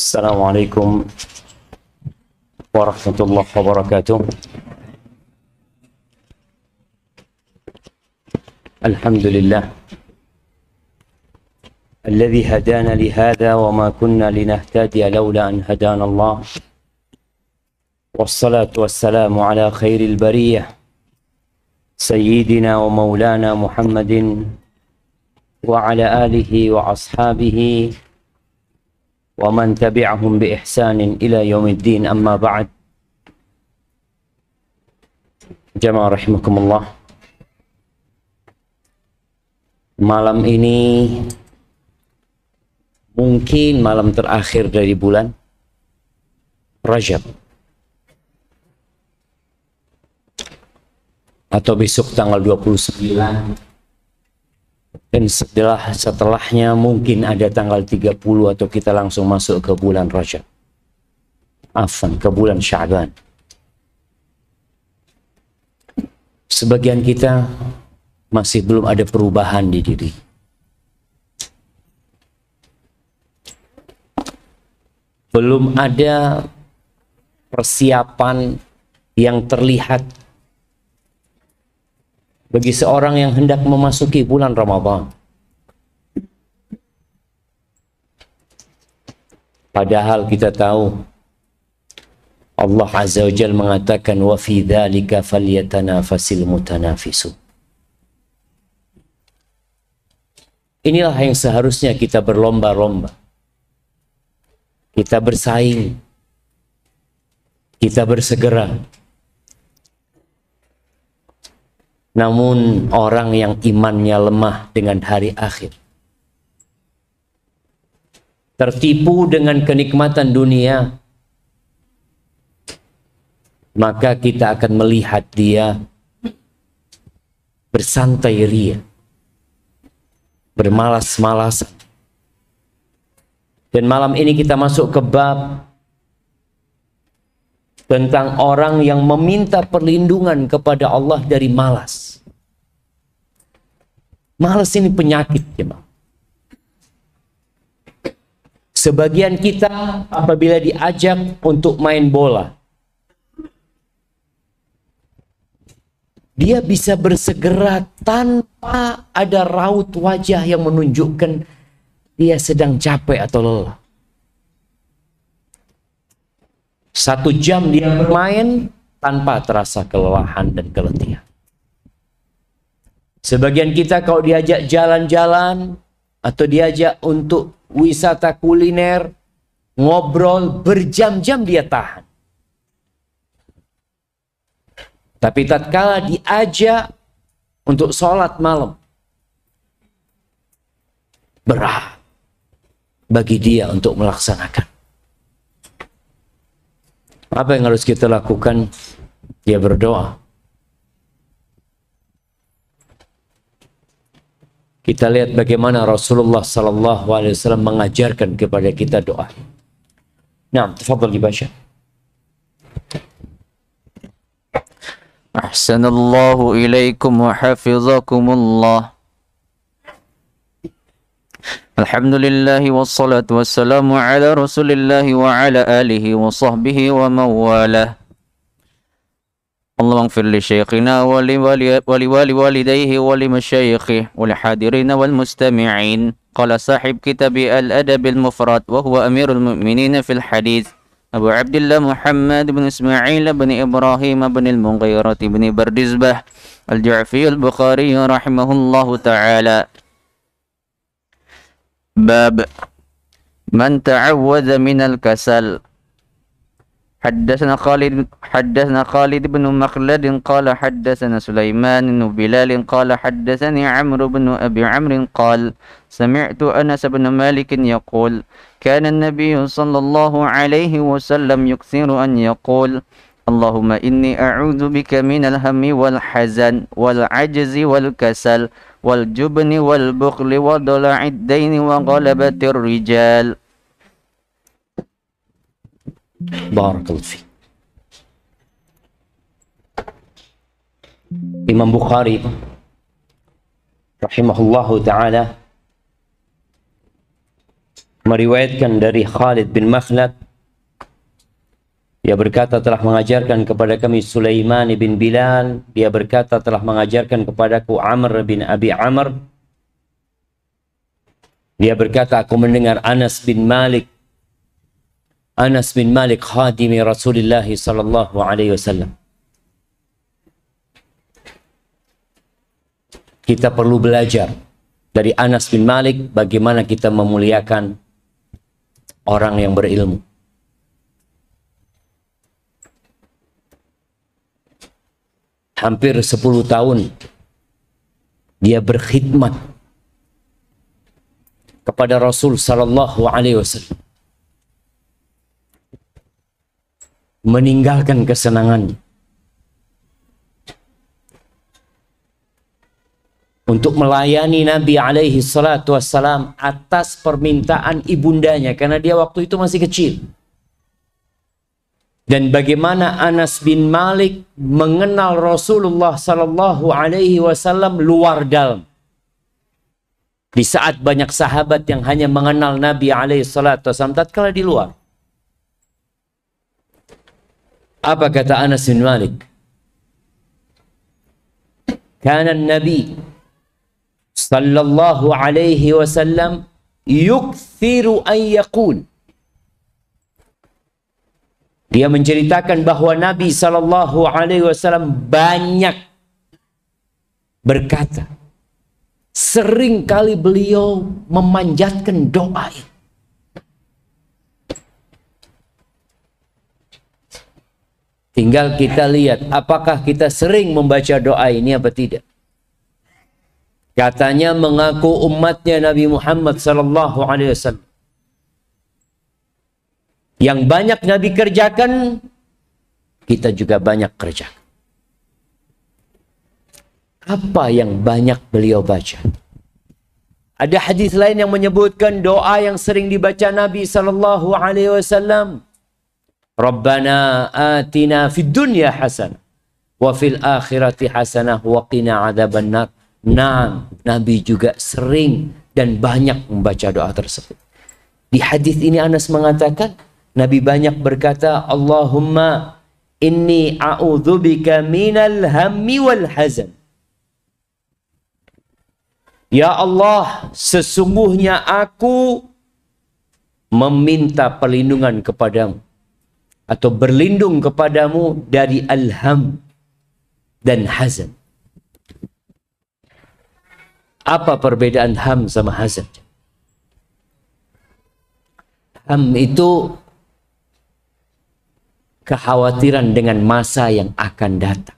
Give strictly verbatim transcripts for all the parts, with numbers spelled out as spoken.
Assalamualaikum warahmatullahi wabarakatuh. Alhamdulillah alladzi hadana li hadza wa ma kunna linahtadiya laula an hadana Allah. Wassalatu wassalamu ala khairil bariyah sayyidina wa maulana Muhammadin wa ala alihi wa ashabihi wa man tabi'ahum bi ihsanin ila yaumiddin, amma ba'd. Jamaah rahimakumullah, malam ini mungkin malam terakhir dari bulan Rajab, atau besok tanggal dua puluh sembilan, dan setelah setelahnya mungkin ada tanggal tiga puluh, atau kita langsung masuk ke bulan Rajab, afan ke bulan Sya'ban. Sebagian kita masih belum ada perubahan di diri. Belum ada persiapan yang terlihat bagi seorang yang hendak memasuki bulan Ramadan. Padahal kita tahu Allah Azza wa Jalla mengatakan wa fi dzalika falyatanafasil mutanafisun. Inilah yang seharusnya kita berlomba-lomba. Kita bersaing. Kita bersegera. Namun orang yang imannya lemah dengan hari akhir, tertipu dengan kenikmatan dunia, maka kita akan melihat dia bersantai ria, bermalas-malasan. Dan malam ini kita masuk ke bab tentang orang yang meminta perlindungan kepada Allah dari malas. Malas ini penyakit, jemaah. Sebagian kita apabila diajak untuk main bola, dia bisa bersegera tanpa ada raut wajah yang menunjukkan dia sedang capek atau lelah. Satu jam dia bermain tanpa terasa kelelahan dan keletihan. Sebagian kita kalau diajak jalan-jalan atau diajak untuk wisata kuliner, ngobrol berjam-jam dia tahan. Tapi tatkala diajak untuk sholat malam, berat bagi dia untuk melaksanakan. Apa yang harus kita lakukan? Dia berdoa. Kita lihat bagaimana Rasulullah sallallahu alaihi wasallam mengajarkan kepada kita doa. Nah, tafadhal dibaca. Ahsanallahu ilaikum wa hafizakumullah. Alhamdulillah wassalatu wassalamu ala rasulillah wa ala alihi wa sahbihi wa mawalah. Allahumma ighfir li syekhina wa li wali wali walidayhi wa li masyayikhi wa li hadirina wal mustami'in. Qala sahib kitabi al-adab al-mufrad wa huwa amirul mu'minin fil hadith Abu Abdullah Muhammad bin Ismail bin Ibrahim bin al-Mughirah bin Bardizbah al-Ju'fi al-Bukhari rahimahullahu ta'ala. Bab man ta'awwadha minal kasal. Haddatsana Khalid haddatsana Khalid bin Makhlad qala haddatsana Sulaiman bin Bilal qala haddatsani Amr bin Abi Amr qala sami'tu Anas bin Malik yaqul kana an-nabiy sallallahu alaihi wasallam yukthiru an yaqul Allahumma inni a'udzu bika minal hammi wal hazan wal ajzi wal kasal wal jubni wal bukhli wa dala'id daini wa ghalabatir rijal. Barakallahu fiik. Imam Bukhari rahimahullahu ta'ala meriwayatkan dari Khalid bin Makhlad, dia berkata telah mengajarkan kepada kami Sulaiman bin Bilal, dia berkata telah mengajarkan kepadaku Amr bin Abi Amr, dia berkata aku mendengar Anas bin Malik, Anas bin Malik khadimi Rasulullah sallallahu alaihi wasallam. Kita perlu belajar dari Anas bin Malik bagaimana kita memuliakan orang yang berilmu. Hampir sepuluh tahun dia berkhidmat kepada Rasul sallallahu alaihi wasallam. Meninggalkan kesenangannya untuk melayani Nabi alaihi salatu wassalam atas permintaan ibundanya, karena dia waktu itu masih kecil. Dan bagaimana Anas bin Malik mengenal Rasulullah sallallahu alaihi wasallam luar dalam. Di saat banyak sahabat yang hanya mengenal Nabi alaihi salatu wassalam tatkala di luar. Apa kata Anas bin Malik? Kana Nabi sallallahu alaihi wasallam yukthiru an yaqul. Dia menceritakan bahwa Nabi sallallahu alaihi wasallam banyak berkata. Sering kali beliau memanjatkan doa itu. Tinggal kita lihat apakah kita sering membaca doa ini apa tidak. Katanya mengaku umatnya Nabi Muhammad sallallahu alaihi wasallam. Yang banyak Nabi kerjakan, kita juga banyak kerjakan. Apa yang banyak beliau baca? Ada hadis lain yang menyebutkan doa yang sering dibaca Nabi sallallahu alaihi wasallam. Rabbana atina fid dunya hasanah wa fil akhirati hasanah wa qina adzabannar. Nah, Nabi juga sering dan banyak membaca doa tersebut. Di hadis ini Anas mengatakan, Nabi banyak berkata, Allahumma inni a'udzubika minal hammi wal hazan. Ya Allah, sesungguhnya aku meminta perlindungan kepadamu atau berlindung kepadamu dari al-ham dan hazan. Apa perbedaan ham sama hazan? Ham itu kekhawatiran dengan masa yang akan datang.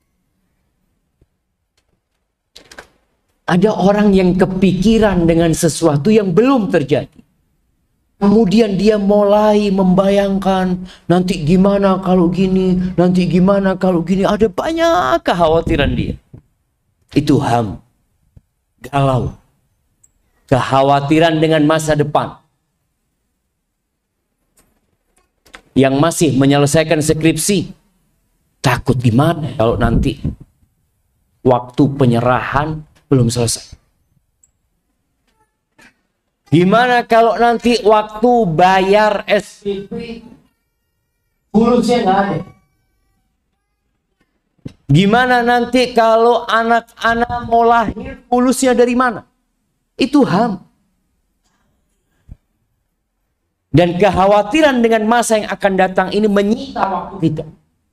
Ada orang yang kepikiran dengan sesuatu yang belum terjadi. Kemudian dia mulai membayangkan nanti gimana kalau gini, nanti gimana kalau gini. Ada banyak kekhawatiran dia. Itu ham. Galau. Kekhawatiran dengan masa depan. Yang masih menyelesaikan skripsi. Takut gimana kalau nanti waktu penyerahan belum selesai. Gimana kalau nanti waktu bayar S P P fulusnya nggak ada? Gimana nanti kalau anak-anak mau lahir fulusnya dari mana? Itu ham. Dan kekhawatiran dengan masa yang akan datang ini menyita waktu kita.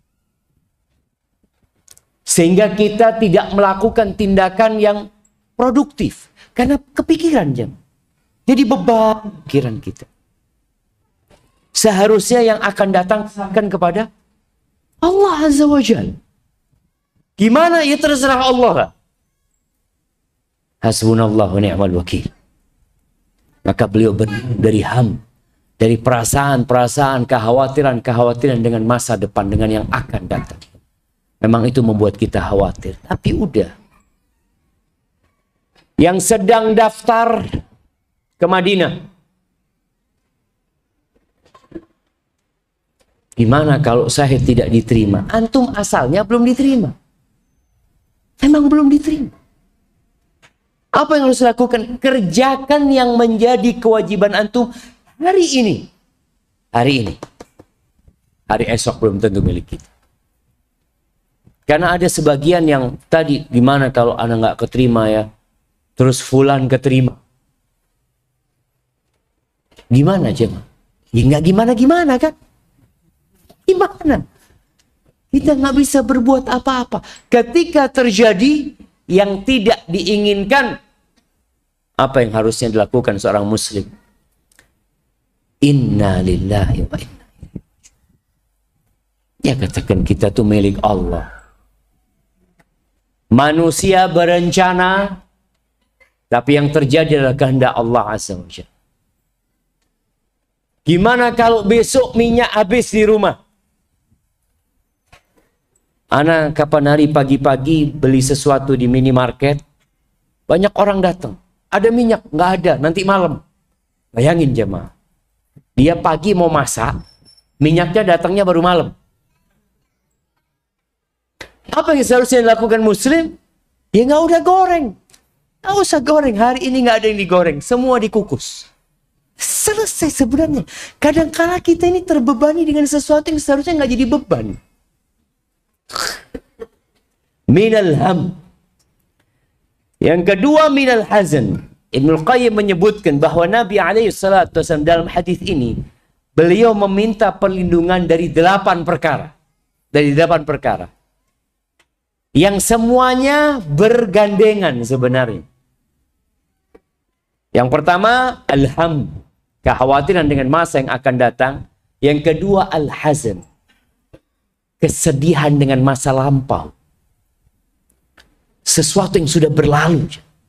Sehingga kita tidak melakukan tindakan yang produktif. Karena kepikiran jam. Jadi beban pikiran kita. Seharusnya yang akan datang akan kepada Allah Azza wa Jalla. Gimana? Ya terserah Allah. Hasbunallahu ni'mal wakil. Maka beliau dari ham. Dari perasaan-perasaan, kekhawatiran-kekhawatiran dengan masa depan, dengan yang akan datang. Memang itu membuat kita khawatir. Tapi udah. Yang sedang daftar ke Madinah. Gimana kalau saya tidak diterima? Antum asalnya belum diterima. Memang belum diterima. Apa yang harus dilakukan? Kerjakan yang menjadi kewajiban antum hari ini. Hari ini. Hari esok belum tentu milik kita. Karena ada sebagian yang tadi, gimana kalau anak nggak keterima ya, terus fulan keterima. Gimana jemaah? Ya nggak gimana-gimana kan? Gimana? Kita nggak bisa berbuat apa-apa. Ketika terjadi yang tidak diinginkan, apa yang harusnya dilakukan seorang muslim? Inna lillahi wa inna ilaihi. Ya katakan kita tuh milik Allah. Manusia berencana, tapi yang terjadi adalah kehendak Allah Azza wa Jalla. Gimana kalau besok minyak habis di rumah? Ana kapan hari pagi-pagi beli sesuatu di minimarket, banyak orang datang. Ada minyak, nggak ada, nanti malam. Bayangin jemaah. Dia pagi mau masak, minyaknya datangnya baru malam. Apa yang seharusnya dilakukan muslim? Ya nggak udah goreng. Nggak usah goreng, hari ini nggak ada yang digoreng. Semua dikukus. Selesai sebenarnya. Kadang-kala kita ini terbebani dengan sesuatu yang seharusnya nggak jadi beban. Minal ham. Yang kedua minal hazan. Ibnu Qayyim menyebutkan bahwa Nabi alaihi salatu wasallam dalam hadis ini, beliau meminta perlindungan dari delapan perkara. Dari delapan perkara. Yang semuanya bergandengan sebenarnya. Yang pertama, alham. Kekhawatiran dengan masa yang akan datang. Yang kedua, al-hazan. Kesedihan dengan masa lampau. Sesuatu yang sudah berlalu.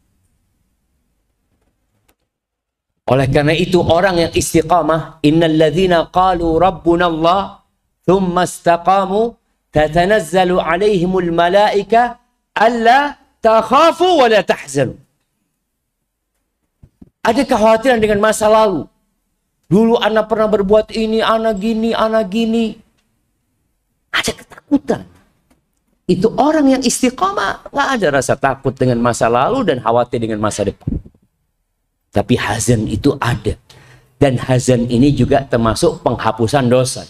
Oleh karena itu orang yang istiqamah, innal ladzina qalu rabbuna Allah thumma istaqamu tatanazzalu alaihimul malaika alla takhafu wa la tahzanu. Ada kekhawatiran dengan masa lalu. Dulu anak pernah berbuat ini, anak gini, anak gini. Ada ketakutan. Itu orang yang istiqamah, nggak ada rasa takut dengan masa lalu dan khawatir dengan masa depan. Tapi hazan itu ada. Dan hazan ini juga termasuk penghapusan dosa.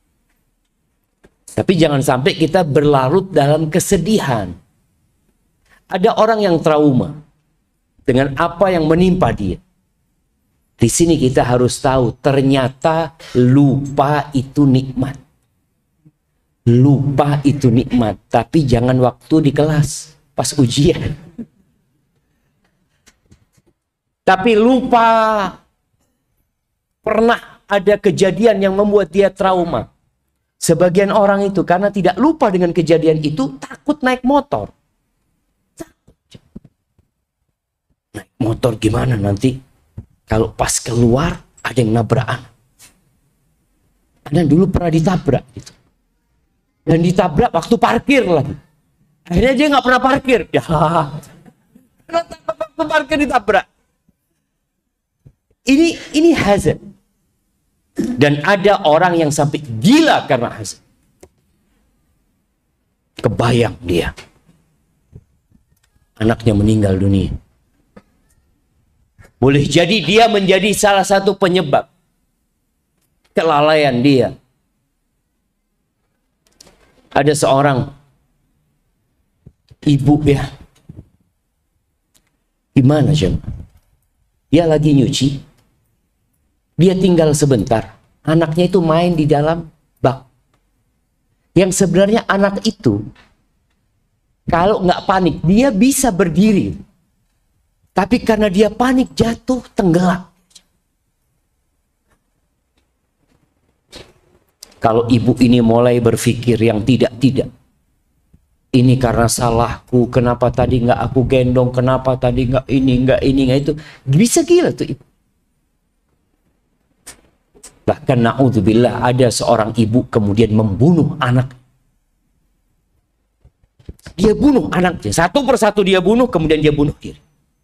Tapi jangan sampai kita berlarut dalam kesedihan. Ada orang yang trauma dengan apa yang menimpa dia. Di sini kita harus tahu, ternyata lupa itu nikmat. Lupa itu nikmat, tapi jangan waktu di kelas, pas ujian. Tapi lupa, pernah ada kejadian yang membuat dia trauma. Sebagian orang itu karena tidak lupa dengan kejadian itu, takut naik motor. Naik motor gimana nanti? Kalau pas keluar ada yang nabrak anak. Anak dulu pernah ditabrak gitu. Dan ditabrak waktu parkir lagi. Akhirnya dia nggak pernah parkir. Ya, waktu parkir ditabrak. Ini ini hazard. Dan ada orang yang sampai gila karena hazard. Kebayang dia. Anaknya meninggal dunia. Boleh jadi dia menjadi salah satu penyebab kelalaian dia. Ada seorang ibu ya. Gimana jemaah? Dia lagi nyuci. Dia tinggal sebentar. Anaknya itu main di dalam bak. Yang sebenarnya anak itu kalau nggak panik, dia bisa berdiri. Tapi karena dia panik, jatuh, tenggelam. Kalau ibu ini mulai berpikir yang tidak-tidak. Ini karena salahku, kenapa tadi nggak aku gendong, kenapa tadi nggak ini, nggak ini, nggak itu. Bisa gila tuh ibu. Bahkan na'udzubillah ada seorang ibu kemudian membunuh anak. Dia bunuh anaknya. Satu persatu dia bunuh, kemudian dia bunuh diri.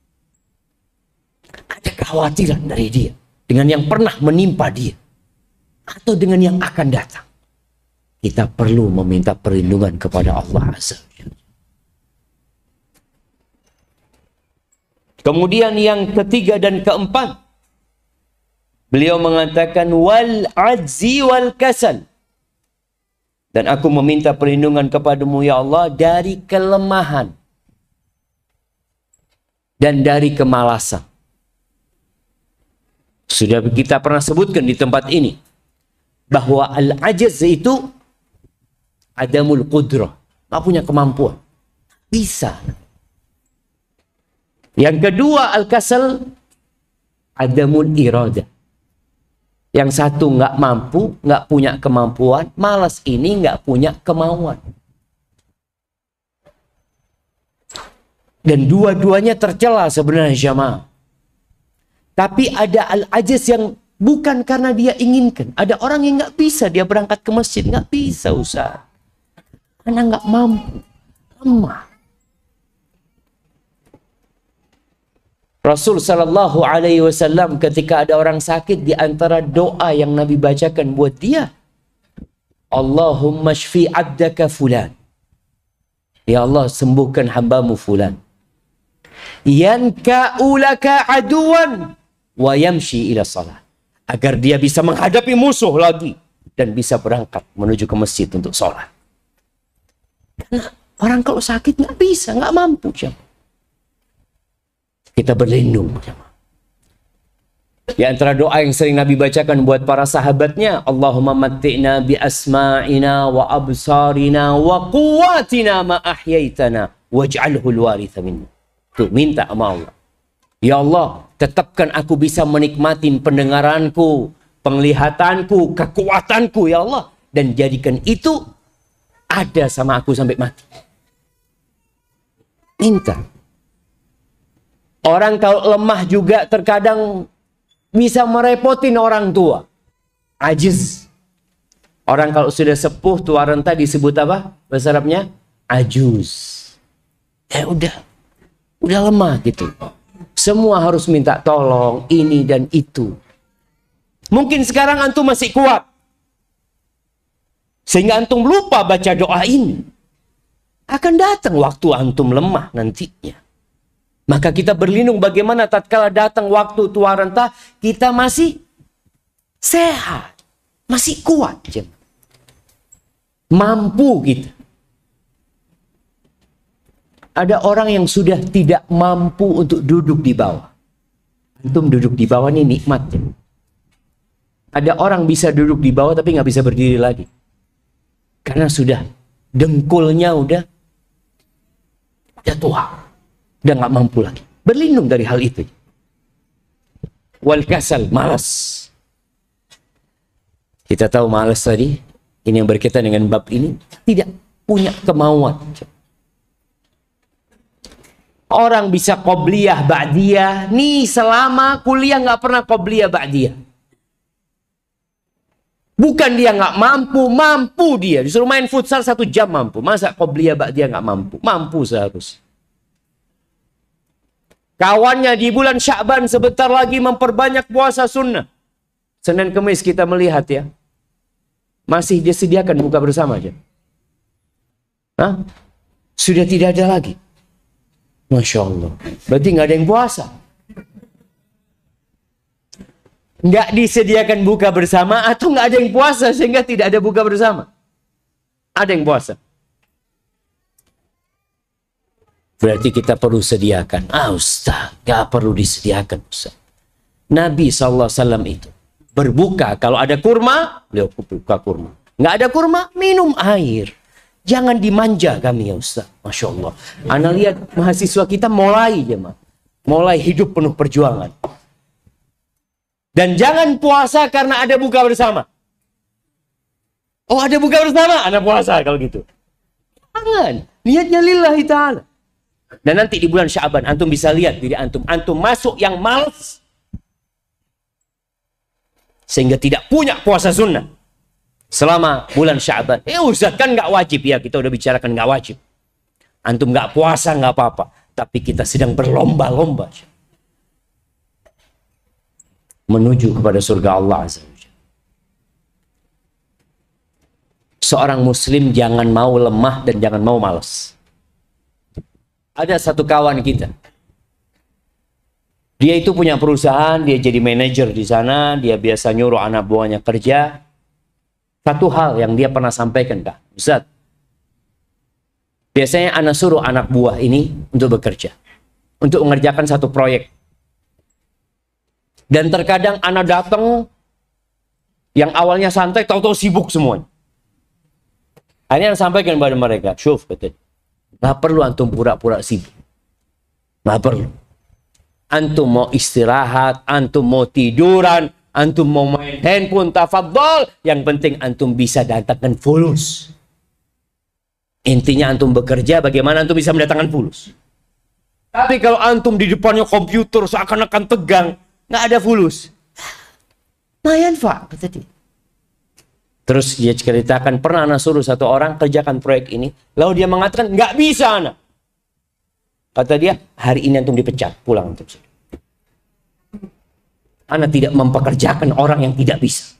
Ada kekhawatiran dari dia dengan yang pernah menimpa dia atau dengan yang akan datang. Kita perlu meminta perlindungan kepada Allah Azza wa Jalla. Kemudian yang ketiga dan keempat, beliau mengatakan wal ajzi wal kasal. Dan aku meminta perlindungan kepadamu ya Allah dari kelemahan dan dari kemalasan. Sudah kita pernah sebutkan di tempat ini bahwa al-ajaz itu adamul qudrah, nggak punya kemampuan, bisa. Yang kedua al-kasal adamul iradah. Yang satu nggak mampu, nggak punya kemampuan, malas ini nggak punya kemauan. Dan dua-duanya tercela sebenarnya jamaah. Tapi ada al-ajaz yang bukan karena dia inginkan. Ada orang yang nggak bisa, dia berangkat ke masjid, nggak bisa Ustaz. Karena nggak mampu, lemah. Rasul Sallallahu Alaihi Wasallam ketika ada orang sakit, di antara doa yang Nabi bacakan buat dia, Allahumma shfi abdaka fulan. Ya Allah, sembuhkan hambamu fulan. Yanka'u laka aduwan wa yamshi ila salat. Agar dia bisa menghadapi musuh lagi dan bisa berangkat menuju ke masjid untuk sholat. Karena orang kalau sakit nggak bisa, nggak mampu. Kita berlindung. Di antara doa yang sering Nabi bacakan buat para sahabatnya, Allahumma matti'na bi asma'ina wa absarina wa quwwatina ma ahyaitana waj'alhu al-waritha minna. Tuh, minta sama Allah. Ya Allah, tetapkan aku bisa menikmati pendengaranku, penglihatanku, kekuatanku ya Allah. Dan jadikan itu ada sama aku sampai mati. Minta. Orang kalau lemah juga terkadang bisa merepotin orang tua. Ajiz. Orang kalau sudah sepuh, tua renta disebut apa? Bahasa Arabnya? Ajuz. Ya udah. Udah lemah gitu. Semua harus minta tolong, ini dan itu. Mungkin sekarang antum masih kuat. Sehingga antum lupa baca doa ini. Akan datang waktu antum lemah nantinya. Maka kita berlindung bagaimana tatkala datang waktu tua renta, kita masih sehat. Masih kuat. Mampu kita. Ada orang yang sudah tidak mampu untuk duduk di bawah. Antum duduk di bawah ini nikmat. Ya? Ada orang bisa duduk di bawah tapi nggak bisa berdiri lagi. Karena sudah dengkulnya udah, udah tua. Udah nggak mampu lagi. Berlindung dari hal itu. Wal kasal, malas. Kita tahu malas tadi, ini yang berkaitan dengan bab ini, tidak punya kemauan. Orang bisa qobliyah ba'diyah. Nih selama kuliah nggak pernah qobliyah ba'diyah. Bukan dia nggak mampu, mampu dia. Disuruh main futsal satu jam mampu. Masa qobliyah ba'diyah nggak mampu? Mampu seharusnya. Kawannya di bulan Sya'ban sebentar lagi memperbanyak puasa sunnah. Senin Kemis kita melihat ya. Masih disediakan buka bersama aja. Hah? Sudah tidak ada lagi. Masya Allah. Berarti nggak ada yang puasa. Nggak disediakan buka bersama atau nggak ada yang puasa sehingga tidak ada buka bersama. Ada yang puasa. Berarti kita perlu sediakan. Ah Ustaz, nggak perlu disediakan Ustaz. Nabi shallallahu alaihi wasallam itu berbuka. Kalau ada kurma, beliau buka kurma. Nggak ada kurma, minum air. Jangan dimanja kami ya Ustaz. Masya Allah. Anda lihat mahasiswa kita mulai ya, mulai hidup penuh perjuangan. Dan jangan puasa karena ada buka bersama. Oh ada buka bersama, Anda puasa kalau gitu. Jangan. Niatnya lillahi ta'ala. Dan nanti di bulan Sya'ban antum bisa lihat diri antum. Antum masuk yang malas. Sehingga tidak punya puasa sunnah. Selama bulan Sya'ban. Eh Ustaz kan nggak wajib ya. Kita udah bicarakan nggak wajib. Antum nggak puasa nggak apa-apa. Tapi kita sedang berlomba-lomba. Menuju kepada surga Allah Azza wa Jalla. Seorang muslim jangan mau lemah dan jangan mau malas. Ada satu kawan kita. Dia itu punya perusahaan, dia jadi manajer di sana, dia biasa nyuruh anak buahnya kerja. Satu hal yang dia pernah sampaikan, Kak, Ustaz, biasanya anak suruh anak buah ini untuk bekerja, untuk mengerjakan satu proyek. Dan terkadang anak datang yang awalnya santai, tahu-tahu sibuk semuanya. Akhirnya sampaikan kepada mereka, syuf, betul. Nggak perlu antum pura-pura sibuk. Nggak perlu. Antum mau istirahat, antum mau tiduran, antum mau main handphone, tafadhol. Yang penting antum bisa datangkan fulus. Intinya antum bekerja, bagaimana antum bisa mendatangkan fulus. Tapi kalau antum di depannya komputer seakan-akan tegang, nggak ada fulus. Mayan, Pak, kata dia. Terus dia ceritakan, pernah anak suruh satu orang kerjakan proyek ini. Lalu dia mengatakan, nggak bisa anak. Kata dia, hari ini antum dipecat, pulang antum. Anak tidak mempekerjakan orang yang tidak bisa.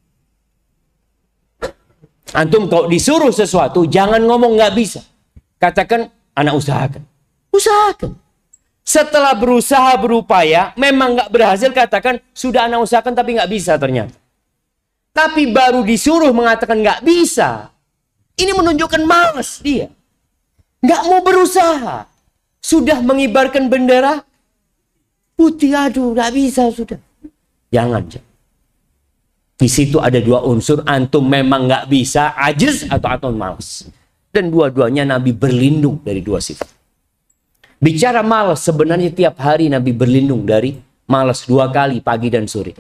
Antum kalau disuruh sesuatu, jangan ngomong nggak bisa. Katakan, anak usahakan. Usahakan. Setelah berusaha berupaya, memang nggak berhasil, katakan, sudah anak usahakan tapi nggak bisa ternyata. Tapi baru disuruh mengatakan nggak bisa. Ini menunjukkan malas dia. Nggak mau berusaha. Sudah mengibarkan bendera putih, aduh nggak bisa sudah. Jangan. Di situ ada dua unsur. Antum memang nggak bisa, ajiz atau antum malas. Dan dua-duanya Nabi berlindung dari dua sifat. Bicara malas, sebenarnya tiap hari Nabi berlindung dari malas dua kali, pagi dan sore.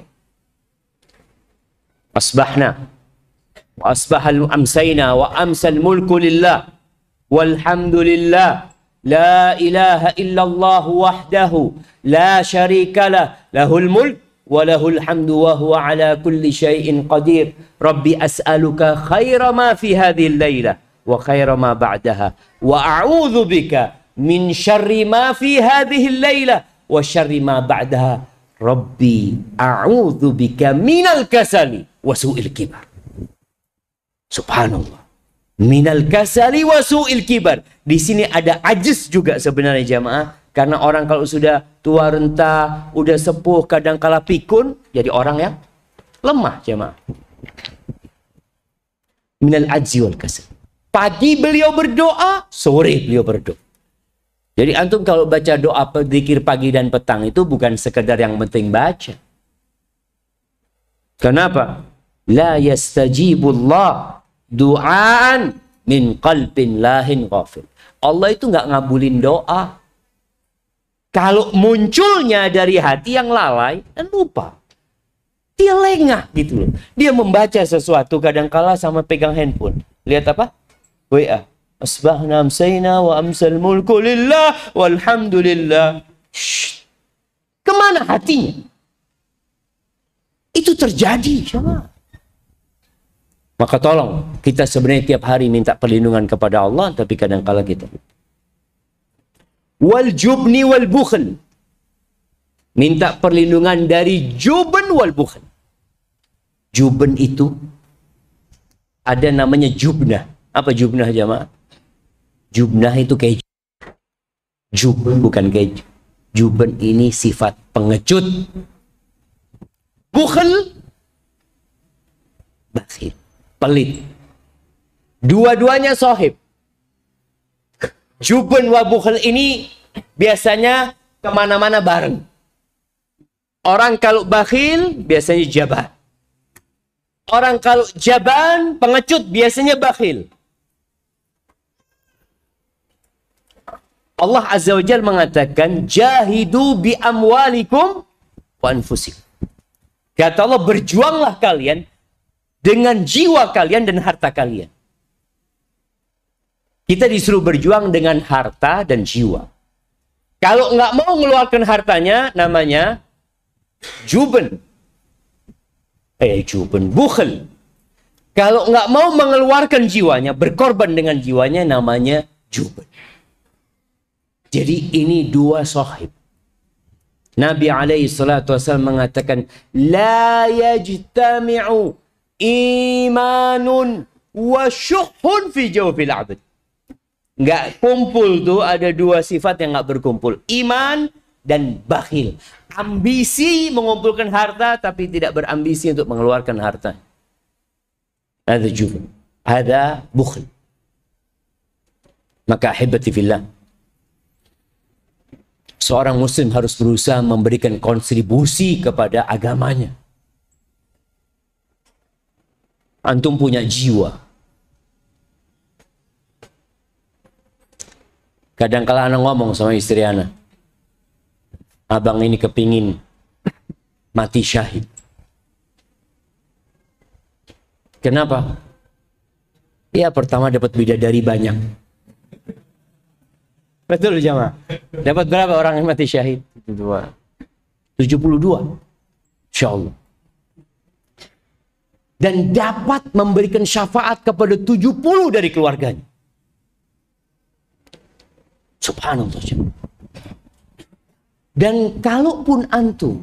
Asbahna wa asbahal amsayna wa amsal mulku lillah walhamdulillah la ilaha illallah wahdahu la syarika lah lahul mulk wa lahul hamdu wa huwa ala kulli syai'in qadir. Rabbi as'aluka khaira ma fi hadhihi al-lailah wa khaira ma ba'daha wa a'udzu bika min syarri ma fi hadhihi al-lailah wa syarri ma ba'daha. Rabbi a'udzu bika minal kasali wa su'il kibar. Subhanallah. Minal kasali wa su'il kibar. Di sini ada ajiz juga sebenarnya jamaah. Karena orang kalau sudah tua renta, udah sepuh, kadang kala pikun, jadi orang yang lemah jamaah. Minal ajzi wal kasal. Pagi beliau berdoa, sore beliau berdoa. Jadi antum kalau baca doa zikir pagi dan petang itu bukan sekedar yang penting baca. Kenapa? La yastajibullah du'aan min qalbin lahin ghafil. Allah itu nggak ngabulin doa kalau munculnya dari hati yang lalai dan lupa. Dia lengah gitu loh. Dia membaca sesuatu kadangkala sama pegang handphone. Lihat apa? W A. Asbahna amsayna wa amsal mulku lillah walhamdulillah. Shh. Kemana hatinya? Itu terjadi, coba. Maka tolong, kita sebenarnya tiap hari minta perlindungan kepada Allah, tapi kadang-kala kita. Wal jubni wal bukhl. Minta perlindungan dari juben wal bukhl. Juben itu ada namanya jubnah. Apa jubnah jamaah? Jubnah itu keju. Juben bukan keju. Juben ini sifat pengecut. Bukhl, bakhil, pelit. Dua-duanya sohib. Juben wa bukhl ini biasanya kemana-mana bareng. Orang kalau bakhil biasanya jaban. Orang kalau jaban, pengecut, biasanya bakhil. Allah Azza wa Jalla mengatakan, jahidu bi amwalikum wa anfusikum. Kata Allah, berjuanglah kalian dengan jiwa kalian dan harta kalian. Kita disuruh berjuang dengan harta dan jiwa. Kalau nggak mau mengeluarkan hartanya, namanya juben. Eh, juben, bukhl. Kalau nggak mau mengeluarkan jiwanya, berkorban dengan jiwanya, namanya juben. Jadi ini dua sahib. Nabi alaihi salatu wasallam mengatakan, la yajtami'u imanun wa syuhun fi jawfil abd. Nggak kumpul tuh, ada dua sifat yang nggak berkumpul. Iman dan bakhil. Ambisi mengumpulkan harta tapi tidak berambisi untuk mengeluarkan harta. Ada jubun. Ada bukhl. Maka ahibati fillah, seorang muslim harus berusaha memberikan kontribusi kepada agamanya. Antum punya jiwa. Kadang-kala anak ngomong sama istri anak, abang ini kepingin mati syahid. Kenapa? Ya pertama dapat bidadari banyak. Betul jamaah. Dapat berapa orang yang mati syahid? tujuh puluh dua. Insya Allah. Dan dapat memberikan syafaat kepada tujuh puluh dari keluarganya. Subhanallah. Dan kalaupun antum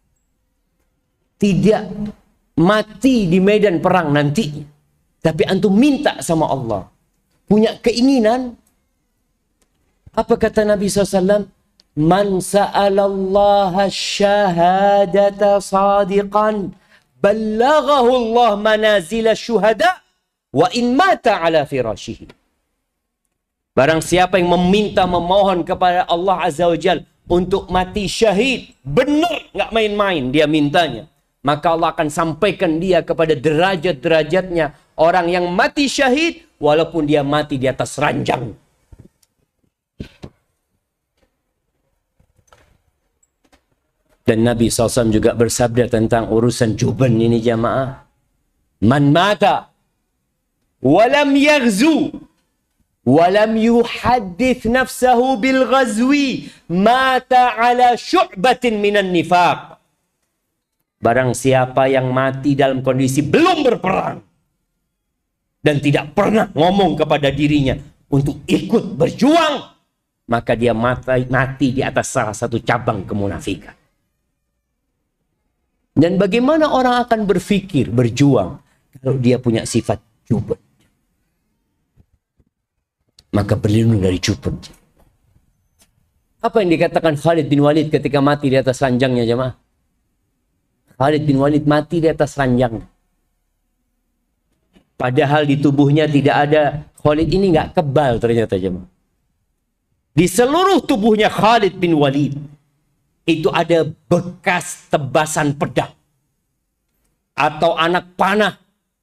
tidak mati di medan perang nanti, tapi antum minta sama Allah, punya keinginan, apa kata Nabi shallallahu alaihi wasallam? Man sa'alallaha syahadata sadiqan ballaghahu Allah manazila syuhada wa in mata ala firashihi. Barang siapa yang meminta, memohon kepada Allah Azza wa Jal untuk mati syahid, benar, nggak main-main dia mintanya, maka Allah akan sampaikan dia kepada derajat-derajatnya orang yang mati syahid walaupun dia mati di atas ranjang. Dan Nabi shallallahu alaihi wasallam juga bersabda tentang urusan juban ini jamaah. Man mata walam yaghzu walam yuhaddith nafsahu bil ghazwi mata ala syu'batin minan nifaq. Barang siapa yang mati dalam kondisi belum berperang dan tidak pernah ngomong kepada dirinya untuk ikut berjuang, maka dia mati, mati di atas salah satu cabang kemunafikan. Dan bagaimana orang akan berpikir berjuang kalau dia punya sifat jubun? Maka berlindung dari jubun. Apa yang dikatakan Khalid bin Walid ketika mati di atas ranjangnya jemaah? Khalid bin Walid mati di atas ranjang. Padahal di tubuhnya tidak ada, Khalid ini nggak kebal ternyata jemaah. Di seluruh tubuhnya Khalid bin Walid itu ada bekas tebasan pedang atau anak panah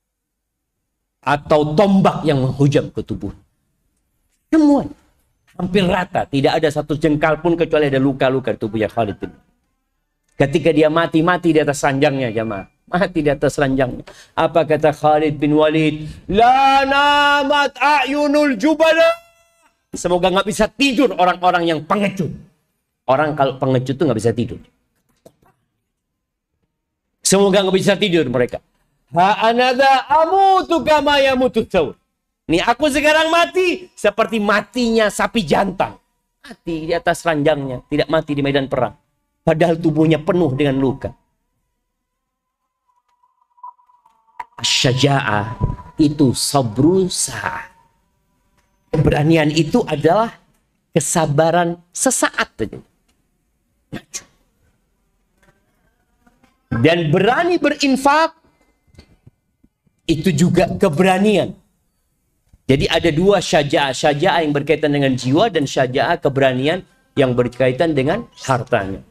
atau tombak yang menghujam ke tubuh. Semua hampir rata, tidak ada satu jengkal pun kecuali ada luka-luka di tubuhnya Khalid bin Walid. Ketika dia mati, mati di atas ranjangnya jemaah. Mati di atas ranjangnya. Apa kata Khalid bin Walid? La namat a'yunul jubala. Semoga nggak bisa tidur orang-orang yang pengecut. Orang kalau pengecut itu nggak bisa tidur. Semoga nggak bisa tidur mereka. Ha anada amutu kama yamutu tsaur. Nih aku sekarang mati seperti matinya sapi jantan. Mati di atas ranjangnya, tidak mati di medan perang. Padahal tubuhnya penuh dengan luka. Syaja'ah itu sabrusa. Keberanian itu adalah kesabaran sesaat saja. Dan berani berinfak itu juga keberanian. Jadi ada dua syaja'ah. Syaja'ah yang berkaitan dengan jiwa dan syaja'ah keberanian yang berkaitan dengan hartanya.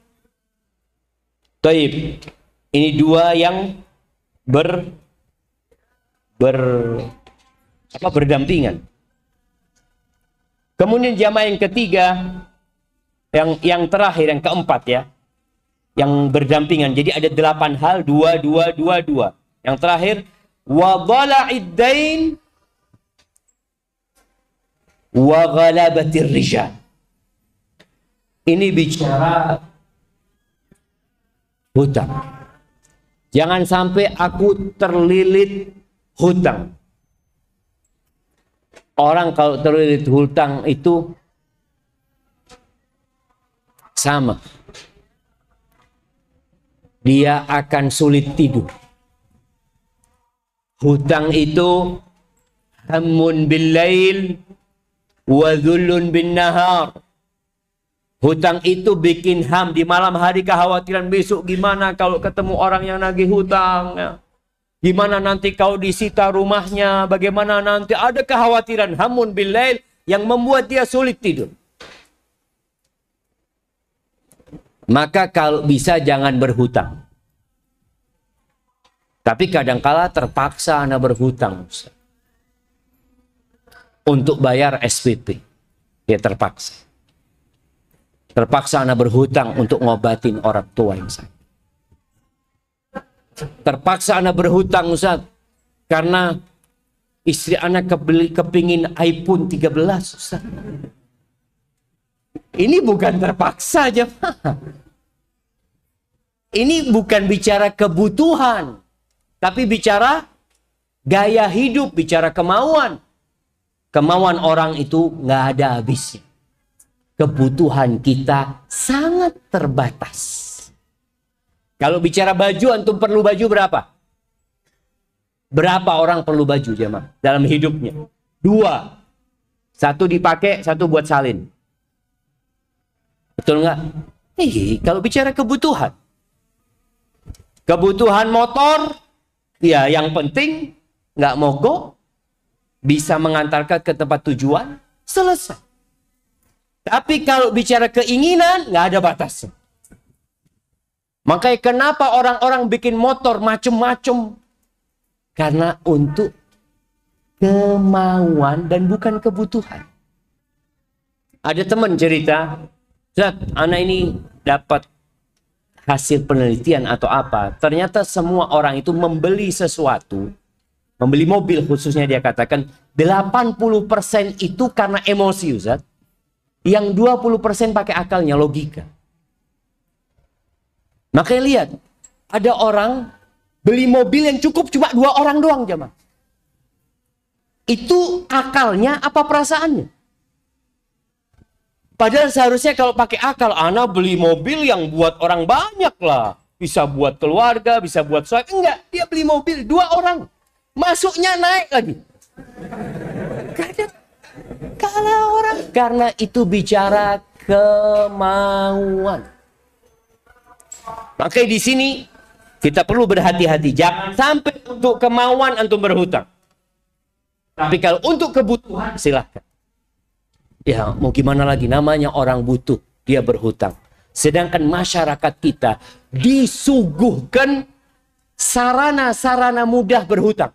Taib. Ini dua yang ber ber apa berdampingan. Kemudian jamaah yang ketiga, yang yang terakhir, yang keempat ya, yang berdampingan. Jadi ada delapan hal, dua, dua, dua, dua. Yang terakhir, wa dhala'id dain wa ghalabatir rijal. Ini bicara hutang. Jangan sampai aku terlilit hutang. Orang kalau terlilit hutang itu sama. Dia akan sulit tidur. Hutang itu hammun bil lail wa dhullun bin nahar. Hutang itu bikin ham. Di malam hari kekhawatiran besok gimana kalau ketemu orang yang nagih hutang. Ya. Gimana nanti kau disita rumahnya. Bagaimana nanti ada kekhawatiran. Hamun billail yang membuat dia sulit tidur. Maka kalau bisa jangan berhutang. Tapi kadangkala terpaksa Anda berhutang. Ustaz. Untuk bayar S P P. Ya terpaksa. Terpaksa Anda berhutang untuk ngobatin orang tua yang sakit. Terpaksa Anda berhutang Ustaz. Karena istri Anda kebeli, kepingin iPhone tiga belas Ustaz. Ini bukan terpaksa aja. Ini bukan bicara kebutuhan. Tapi bicara gaya hidup, bicara kemauan. Kemauan orang itu nggak ada habisnya. Kebutuhan kita sangat terbatas. Kalau bicara baju, antum perlu baju berapa? Berapa orang perlu baju jemaah dalam hidupnya? Dua. Satu dipakai, satu buat salin. Betul nggak? Eh, kalau bicara kebutuhan. Kebutuhan motor, ya yang penting nggak mogok. Bisa mengantarkan ke tempat tujuan, selesai. Tapi kalau bicara keinginan, nggak ada batasnya. Makanya kenapa orang-orang bikin motor macem-macem? Karena untuk kemauan dan bukan kebutuhan. Ada teman cerita, Zat, anak ini dapat hasil penelitian atau apa. Ternyata semua orang itu membeli sesuatu, membeli mobil khususnya dia katakan, delapan puluh persen itu karena emosi Ustaz. Yang dua puluh persen pakai akalnya, logika. Makanya lihat, ada orang beli mobil yang cukup cuma dua orang doang jemaah. Itu akalnya apa perasaannya? Padahal seharusnya kalau pakai akal, ana beli mobil yang buat orang banyak lah. Bisa buat keluarga, bisa buat suami. Enggak, dia beli mobil dua orang. Masuknya naik lagi. Karena, kalau orang, karena itu bicara kemauan. Makanya di sini kita perlu berhati-hati. Jangan sampai untuk kemauan antum berhutang. Tapi kalau untuk kebutuhan silahkan. Ya mau gimana lagi, namanya orang butuh, dia berhutang. Sedangkan masyarakat kita disuguhkan sarana-sarana mudah berhutang.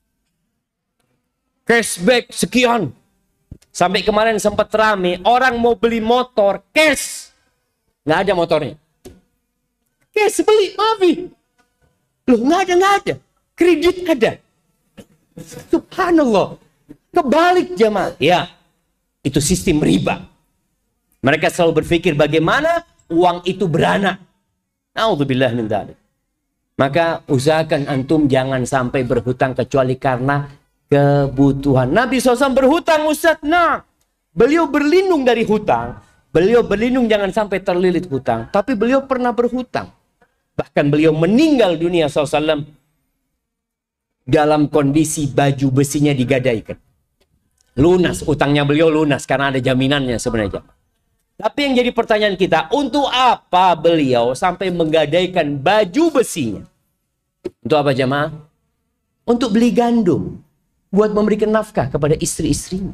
Cashback sekian. Sampai kemarin sempat rame, orang mau beli motor cash. Nggak ada motornya. Cash beli, maafi. Loh nggak ada, nggak ada. Kredit ada. Subhanallah. Kebalik jemaah. Ya, itu sistem riba. Mereka selalu berpikir bagaimana uang itu beranak. Na'udzubillah min dzalik. Maka usahakan antum jangan sampai berhutang kecuali karena kebutuhan. Nabi shallallahu alaihi wasallam berhutang Ustaz. Nah, beliau berlindung dari hutang. Beliau berlindung jangan sampai terlilit hutang. Tapi beliau pernah berhutang. Bahkan beliau meninggal dunia shallallahu alaihi wasallam dalam kondisi baju besinya digadaikan. Lunas, utangnya beliau lunas karena ada jaminannya sebenarnya. Tapi yang jadi pertanyaan kita, untuk apa beliau sampai menggadaikan baju besinya? Untuk apa jemaah? Untuk beli gandum. Buat memberikan nafkah kepada istri-istrinya.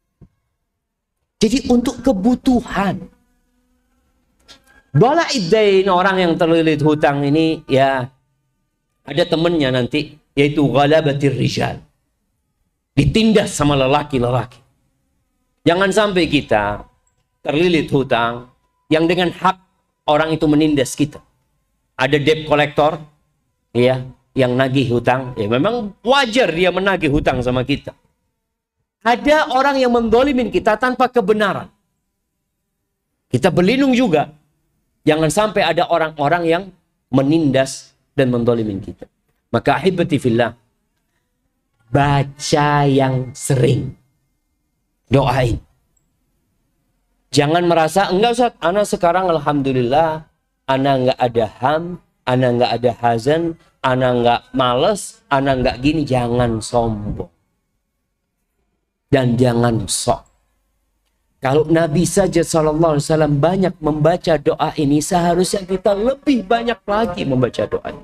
Jadi untuk kebutuhan. Bala iddain, orang yang terlilit hutang ini, ya ada temennya nanti, yaitu ghalabatir rijal. Ditindas sama lelaki-lelaki. Jangan sampai kita terlilit hutang yang dengan hak orang itu menindas kita. Ada debt collector, ya, yang nagih hutang, ya memang wajar dia menagih hutang sama kita. Ada orang yang mendolimin kita tanpa kebenaran. Kita berlindung juga. Jangan sampai ada orang-orang yang menindas dan mendolimin kita. Maka ahibati fillah, baca yang sering. Doain. Jangan merasa, enggak Ustaz, ana sekarang alhamdulillah, ana enggak ada ham, ana enggak ada hazan, ana enggak males, ana enggak gini. Jangan sombong. Dan jangan sok. Kalau Nabi saja sallallahu alaihi wasallam banyak membaca doa ini, seharusnya kita lebih banyak lagi membaca doa ini.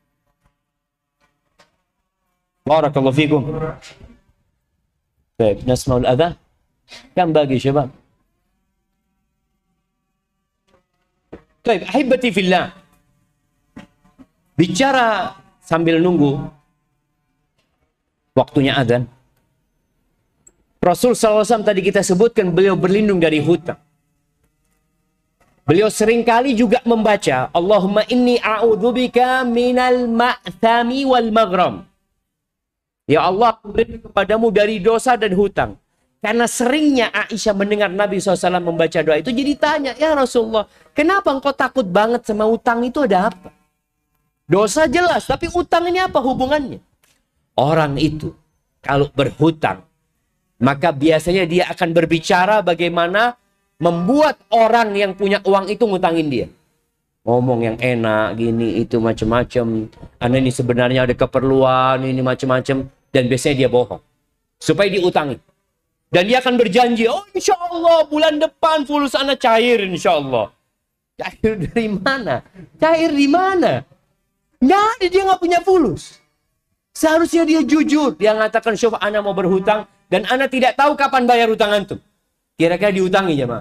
Barakallahu fikum. Baik, nasma'ul adhan. Kam bagi syabab? Baik, ahibati fillah. Bicara sambil nunggu waktunya adzan. Rasul sallallahu alaihi wasallam tadi kita sebutkan beliau berlindung dari hutang. Beliau seringkali juga membaca Allahumma inni a'udzubika minal ma'thami wal maghram. Ya Allah, aku berlindung kepadamu dari dosa dan hutang. Karena seringnya Aisyah mendengar Nabi shallallahu alaihi wasallam membaca doa itu, jadi tanya, ya Rasulullah, kenapa engkau takut banget sama hutang itu, ada apa? Dosa jelas, tapi hutang ini apa hubungannya? Orang itu kalau berhutang, maka biasanya dia akan berbicara bagaimana membuat orang yang punya uang itu ngutangin dia. Ngomong yang enak, gini, itu macam-macam. Anda ini sebenarnya ada keperluan, ini macam-macam. Dan biasanya dia bohong. Supaya diutangi. Dan dia akan berjanji, oh insya Allah bulan depan fulus Anda cair insya Allah. Cair dari mana? Cair di mana? Nggak ada, dia nggak punya fulus. Seharusnya dia jujur. Dia mengatakan, syuf, Anda mau berhutang. Dan Anda tidak tahu kapan bayar hutang antum. Kira-kira diutangi ya, Mak?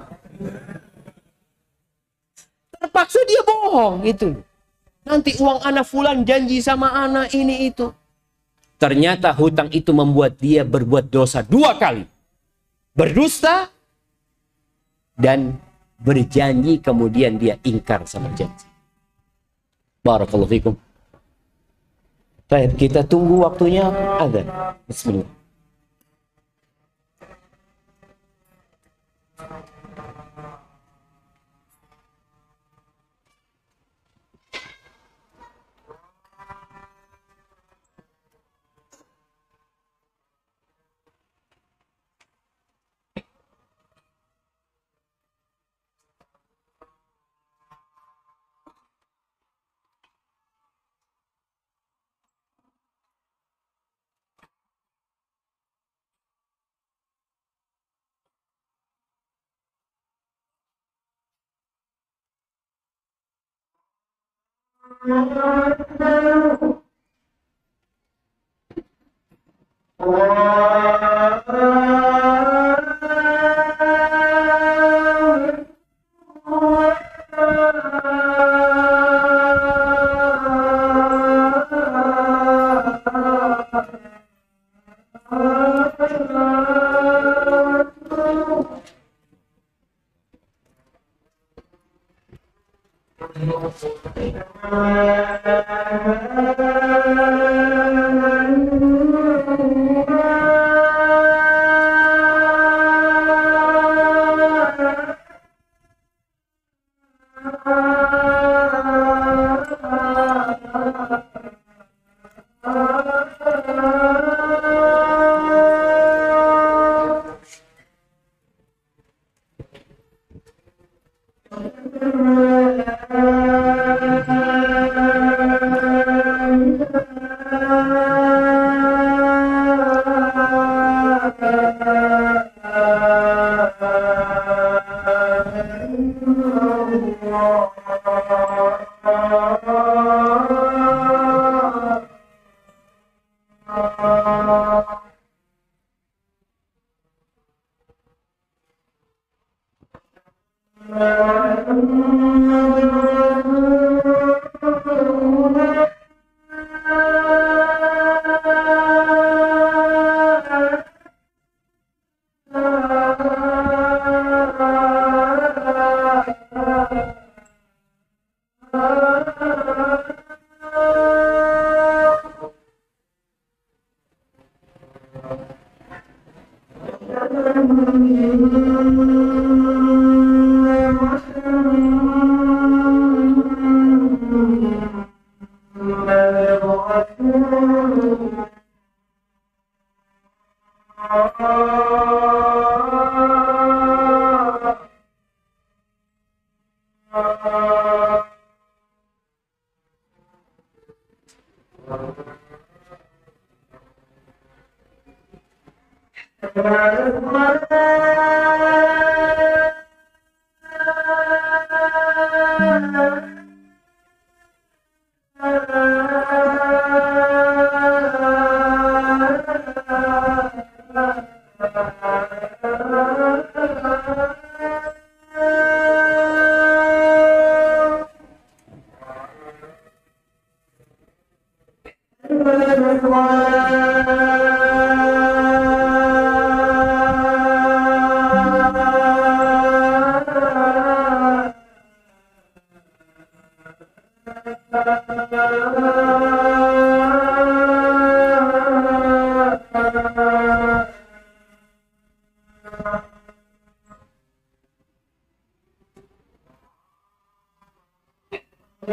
Terpaksa dia bohong gitu. Nanti uang anak fulan janji sama anak ini itu. Ternyata hutang itu membuat dia berbuat dosa dua kali. Berdusta dan berjanji kemudian dia ingkar sama janji. Barakallahu fikum. Baik, kita tunggu waktunya adzan. Bismillah.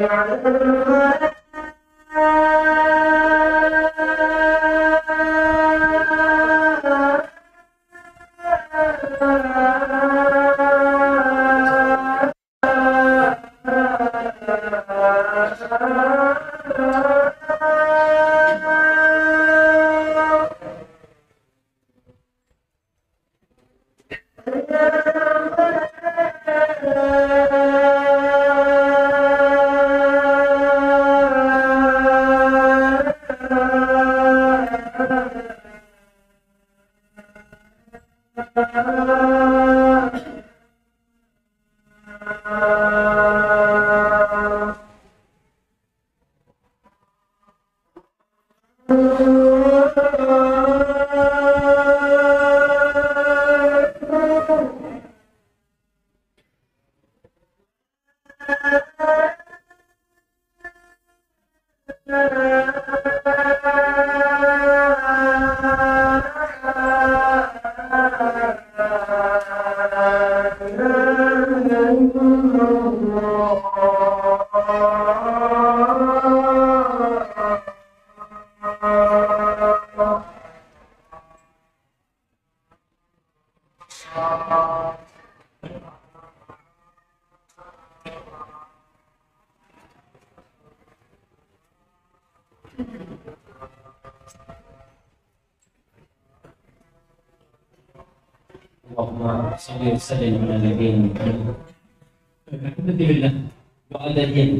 Allahumma salli wa sallim ala nabiyyina Muhammad. Alhamdulillah, doa tadi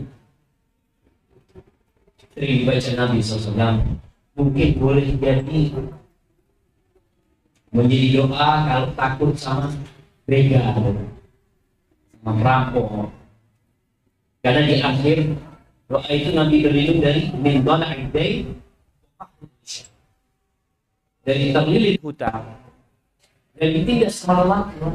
sering dibaca Nabi shallallahu alaihi wasallam mungkin boleh jadi menjadi doa kalau takut sama begal, sama perampok. Karena di akhir doa itu Nabi berlindung dari min dhala'id dain, dari terlilit hutang. Dan ditindas sama lelaki.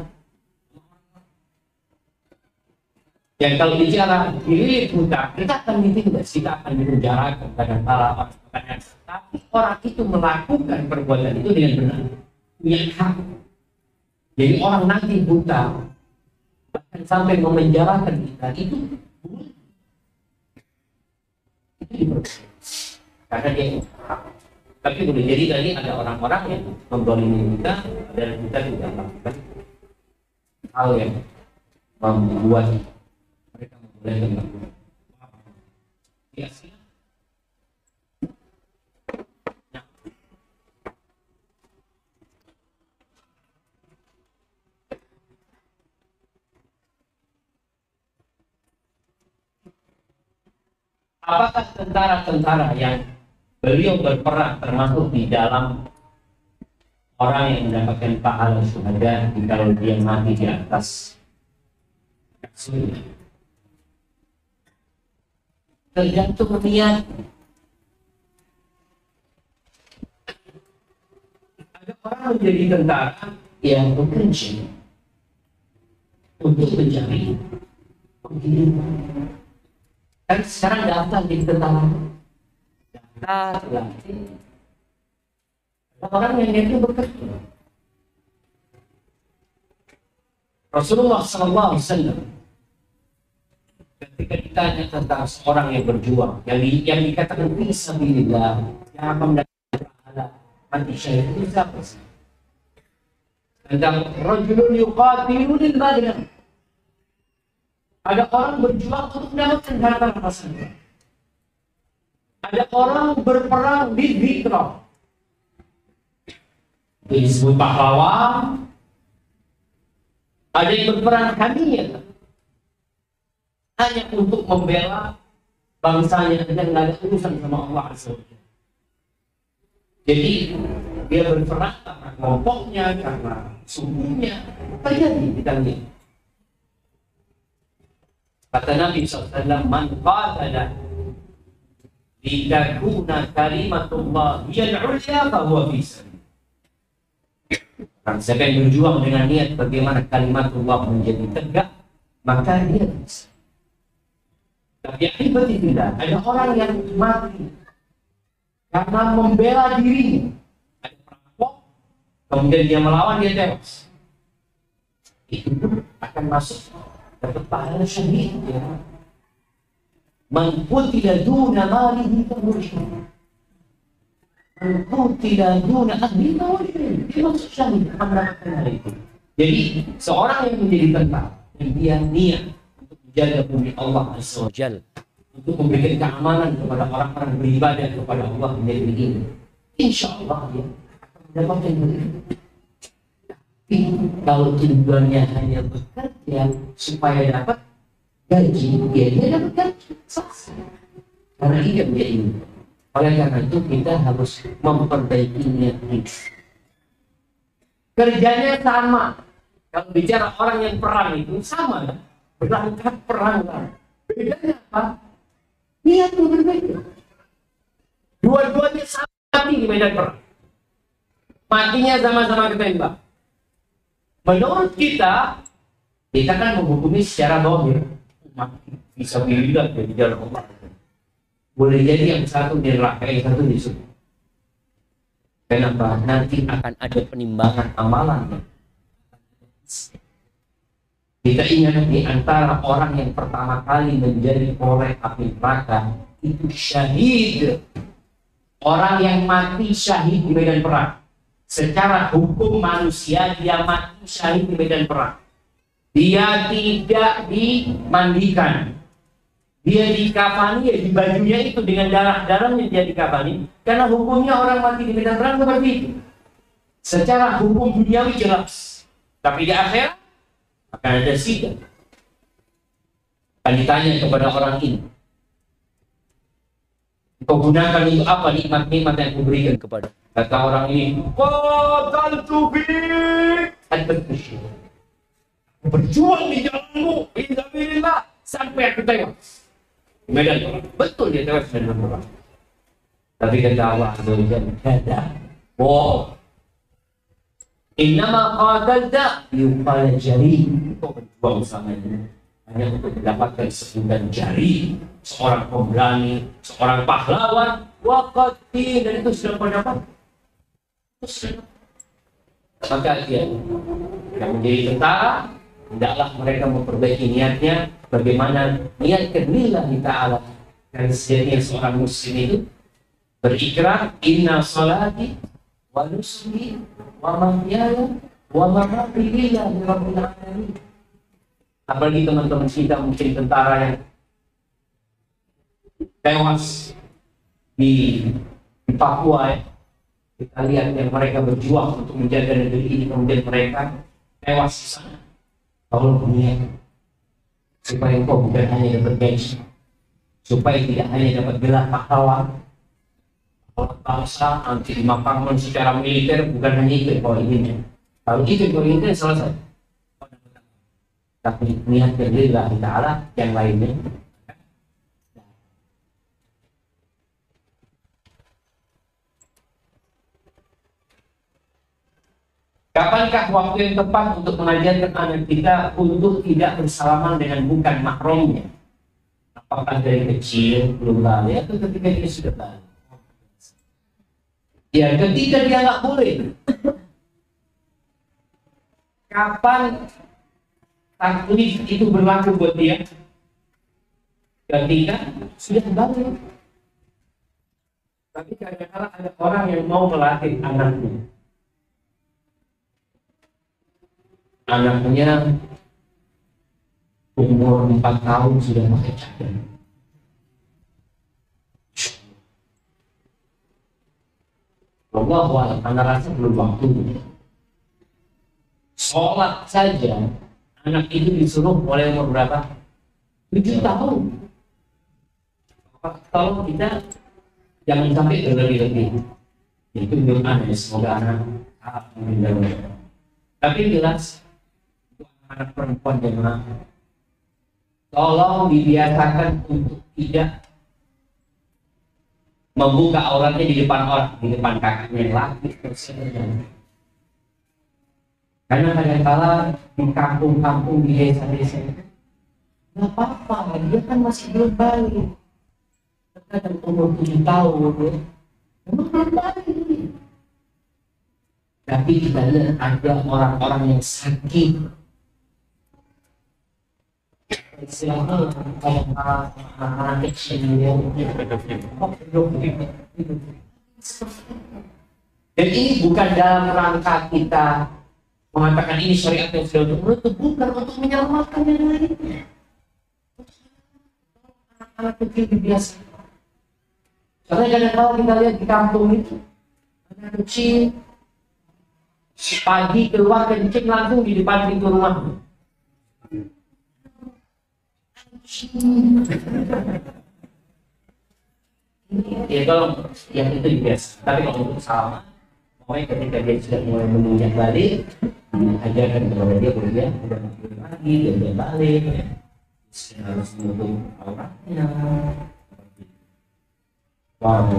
Dan kalau bicara dililit hutang, kita akan ditindas, kita akan dipenjarakan dengan para orang. Tapi orang itu melakukan perbuatan itu dengan benar, punya hak. Jadi orang nanti hutang, bahkan sampai memenjarakan kita, itu boleh. Itu diperbolehkan. Karena dia hak. Tapi boleh jadi tadi ada orang-orang yang membolimi kita dan kita tidak melakukan hal yang membuat mereka membolehkan melakukan. Ya, nah. Apakah tentara-tentara yang beliau berperang termasuk di dalam orang yang mendapatkan pahala syuhada kalau dia mati di atas kasurnya? Tergantung niat. Ada orang menjadi tentara yang bekerja untuk mencari penghidupan. Kan sekarang daftar di tentara. Nah, orang yang itu bekerja. Rasulullah Sallallahu Alaihi Wasallam ketika ditanya tentang seorang yang berjuang, yang, di, yang dikatakan fisabilillah, yang akan mendapatkan pahala mati syahid, itu siapa sih? Tentang rajulun yuqatilu lil maghnam. Ada orang berjuang untuk mendapatkan harta rampasan. Ada orang berperang di Dhikra, disebut pahlawan. Ada yang berperang hamiyah, hanya untuk membela bangsanya dan tidak ada urusan sama Allah Azza wa Jalla. Jadi dia berperang karena kelompoknya, karena sukunya. Terjadi di dalamnya. Kata Nabi shallallahu alaihi wasallam, man qatala litakuna kalimatullah hiyal ulya fahuwa fi sabil. Siapa yang berjuang dengan niat bagaimana kalimatullah menjadi tegak, maka dia bisa. Tapi akibat tidak, ada orang yang mati karena membela dirinya. Ada perampok, kemudian dia melawan, dia tewas. Itu akan masuk dapat pahala syahid ya. Man qutila duna malihi fahuwa syahid. Man qutila duna ahlihi fahuwa syahid. Dia masuk syahid akan mendapatkan hal itu. Jadi seorang yang menjadi tentara, yang dia niat untuk menjaga bumi Allah Azza wa Jalla, untuk memberikan keamanan kepada orang-orang beribadah kepada Allah di negeri ini, insya Allah dia akan mendapatkan hal itu. Tapi kalau tujuannya hanya bekerja supaya dapat gaji, ya dia dapat gaji selesai. Karena itu dia ini. Oleh karena itu kita harus memperbaiki niat kita. Kerjanya sama. Kalau bicara orang yang perang itu sama, berangkat perang. Bedanya apa? Niatnya berbeda. Dua-duanya sama mati di medan perang. Matinya sama-sama ketembak. Menurut kita, kita kan menghukumi secara dohir. Mati bisa bililah di jalan Allah. Boleh jadi yang satu di neraka, yang satu di surga. Kenapa? Nanti akan ada penimbangan amalan. Kita ingat di antara orang yang pertama kali menjadi korek api neraka itu syahid. Orang yang mati syahid di medan perang. Secara hukum manusia dia mati syahid di medan perang. Dia tidak dimandikan. Dia dikafani ya di bajunya itu dengan darah-darahnya dia dikafani. Karena hukumnya orang mati di medan perang seperti itu. Secara hukum duniawi jelas. Tapi di akhirat akan ada sidang. Akan ditanya kepada orang ini. Kau gunakan untuk apa nikmat-nikmat yang kuberikan kepada? Kata orang ini, qataltu bik, berjuang di jalanmu, fisabilillah, sampai aku tewas. Medan perang. Betul dia tewas di medan perang. Tapi kata Allah Azza wa Jalla, kada. Oh. Innama qatalta liyuqala jari. Kau berjuang sama ini hanya untuk mendapatkan sebutan jari, seorang pemberani, seorang pahlawan, waqati, dan itu sudah kau dapat. Maka dia yang menjadi tentara, hendaklah mereka memperbaiki niatnya. Bagaimana niatkan lillahi ta'ala. Dan sejatinya seorang muslim itu berikrar, inna salati wa nusuki wa mahyaya wa mamati lillahi rabbil alamin. Apalagi teman-teman kita mungkin tentara yang tewas di, di Papua ya. Kita lihat yang mereka berjuang untuk menjaga negeri ini, kemudian mereka tewas di sana. Allah punya supaya kau bukan hanya dapat gaji, supaya tidak hanya dapat gelar pahlawan, pahlawan bangsa, nanti dimakamkan secara militer, bukan hanya itu yang kau inginkan. Kalau itu yang kau inginkan selesai. Tapi niat lillahi ta'ala yang lainnya. Kapankah waktu yang tepat untuk mengajarkan anak kita untuk tidak bersalaman dengan bukan mahramnya? Apakah dari kecil belum balik atau ketika dia sudah balik? Ya, ketika dia nggak boleh. Kapan taklif itu berlaku buat dia? Ketika sudah balik. Tapi kadang-kadang ada orang yang mau melatih anaknya. Anaknya umur empat tahun sudah pakai cadar. Allah, anak rasa belum waktunya. Sholat saja, anak itu disuruh mulai umur berapa? tujuh tahun. Kalau kita jangan sampai berlebih-lebih. Itu doa ya, semoga anak alhamdulillah. Tapi jelas anak perempuan jemaah, tolong dibiasakan untuk tidak membuka auratnya di depan orang, di depan kakaknya yang laki. Karena kadang-kala di kampung-kampung, di desa-desa, nggak apa-apa, dia kan masih belum balik. Kadang umur tujuh tahun, ya, memang belum balik. Tapi kita lihat ada orang-orang yang sakit, istilahnya kayak anak kecil yang dan ini bukan dalam rangka kita mengatakan ini syariat yang sudah untuk menutup, bukan untuk menyelamatkan yang lainnya. Anak kecil biasa. Karena kadang-kadang kita lihat di kampung itu anak kecil pagi keluar kencing langsung di depan pintu rumah. Ya kalau yang itu biasa. Tapi kalau untuk sama, pokoknya ketika dia sudah mulai menginjak balik, ajarkan kepada dia kuliah, udah lagi, dia udah balik, ya. Harus menutup auratnya. Wow.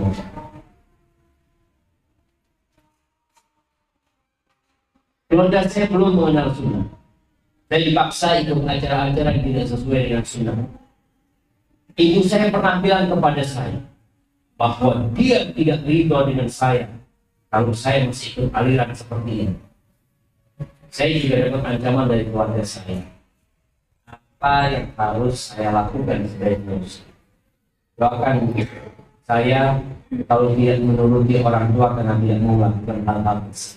Keluarga saya belum mengenal sunnah. Saya dipaksa ikut acara-acara yang tidak sesuai dengan sunnah. Ibu saya pernah bilang kepada saya bahwa dia tidak ridho dengan saya kalau saya masih ikut aliran seperti ini. Saya juga dapat ancaman dari keluarga saya. Apa yang harus saya lakukan sebagai muslim? Doakan saya kalau dia menuruti orang tua karena dia mau melakukan hal-hal tersebut.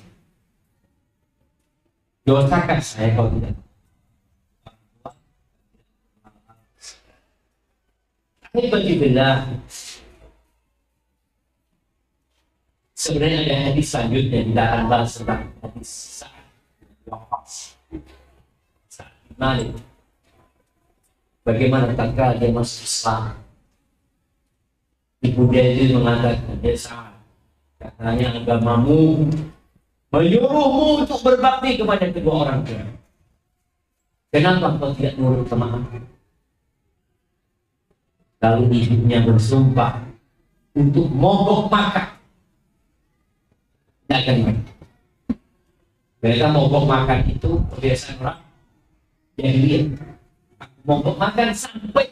Dosakan saya kalau tidak. Alhamdulillah. Sebenarnya ada hadis selanjutnya, tidak akan bahas tentang hadis saat wafat saat Malik. Bagaimana tatkala dia masuk Islam, ibu dia itu mengatakan, ya Sa'ad, katanya agamamu menyuruhmu untuk berbakti kepada kedua orang tua. Kenapa kau tidak nurut sama aku? Lalu ibunya bersumpah untuk mogok makan. Tidak akan makan. Mereka mogok makan itu kebiasaan orang jahiliyah. Mogok makan sampai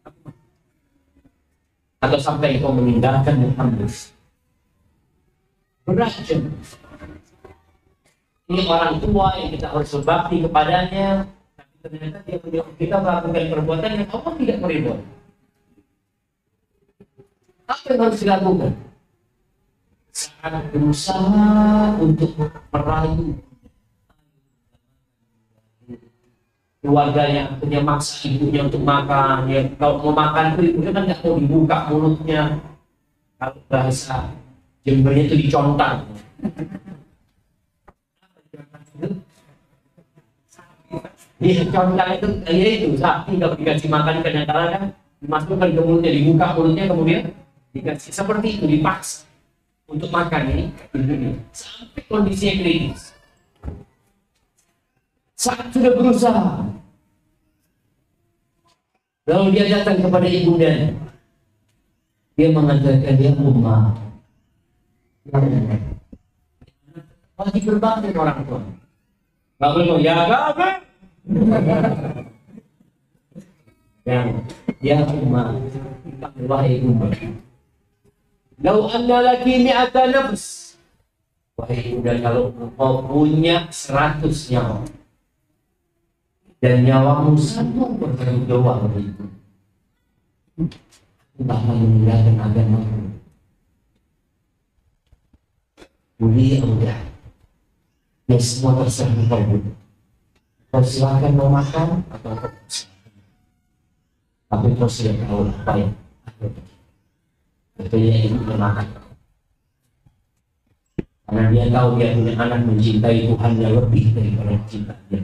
atau sampai kau meninggalkan Muhammad. Beracun. Ini orang tua yang kita harus berbakti kepadanya, tapi ternyata dia punya kita melakukan perbuatan yang Allah tidak meridhoi. Apa yang harus dilakukan? Saat berusaha untuk merayu keluarganya, punya maksa ibunya untuk makan. Ya, kalau mau makan itu ibunya kan nggak mau dibuka mulutnya. Kalau bahasa Jembernya itu dicontang. Iya, contohnya itu, ya itu sapi kalau dikasih makan kadang-kadang kan dimasukkan ke mulutnya, dibuka mulutnya kemudian dikasih seperti itu, dipaksa untuk makan ini, ini sampai kondisinya kritis. Saat sudah berusaha, lalu dia datang kepada ibundanya, dia mengatakan dia ummah, lagi berbakti orang tua. Gak boleh ya gak yang ya ummah, wahai ummah, lau anna laki mi'ata nafs, wahai udah kalau kau punya seratus nyawa dan nyawamu satu bertanggung jawab itu, bahkan meninggalkan agamamu. Uli udah, ya semua terserah kau. Kau silakan mau makan atau kau silakan. Tapi kau sudah tahu apa yang ada. Betulnya ibu makan. Karena dia tahu dia punya anak mencintai Tuhan yang lebih daripada cinta dia.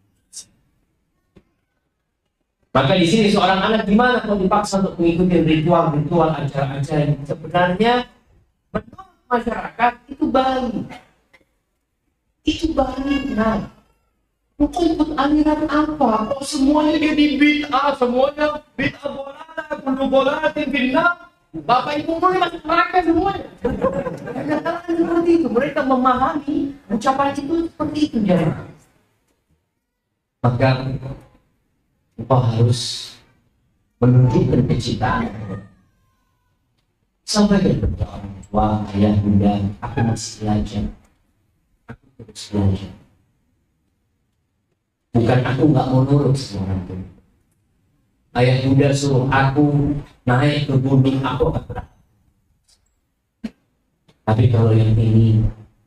Maka di sini seorang anak gimana kalau dipaksa untuk mengikuti ritual-ritual acara-acara yang sebenarnya menurut masyarakat itu baik. Itu baik, nah. Kok ikut aliran apa? Kok semuanya jadi bid'ah, semuanya bid'ah bolana, kullu bolanatin finnar. Bapak ibu mulai masuk neraka semuanya. Kadang-kadang seperti itu, mereka memahami ucapan itu seperti itu jadi. Maka engkau harus menunjukkan kecintaan. Sampai kepada orang tua, ayah, bunda, aku masih belajar. Aku terus belajar. Bukan aku nggak mau nurut sama orang tua. Ayah bunda suruh aku naik ke gunung, aku akan berangkat. Tapi kalau yang ini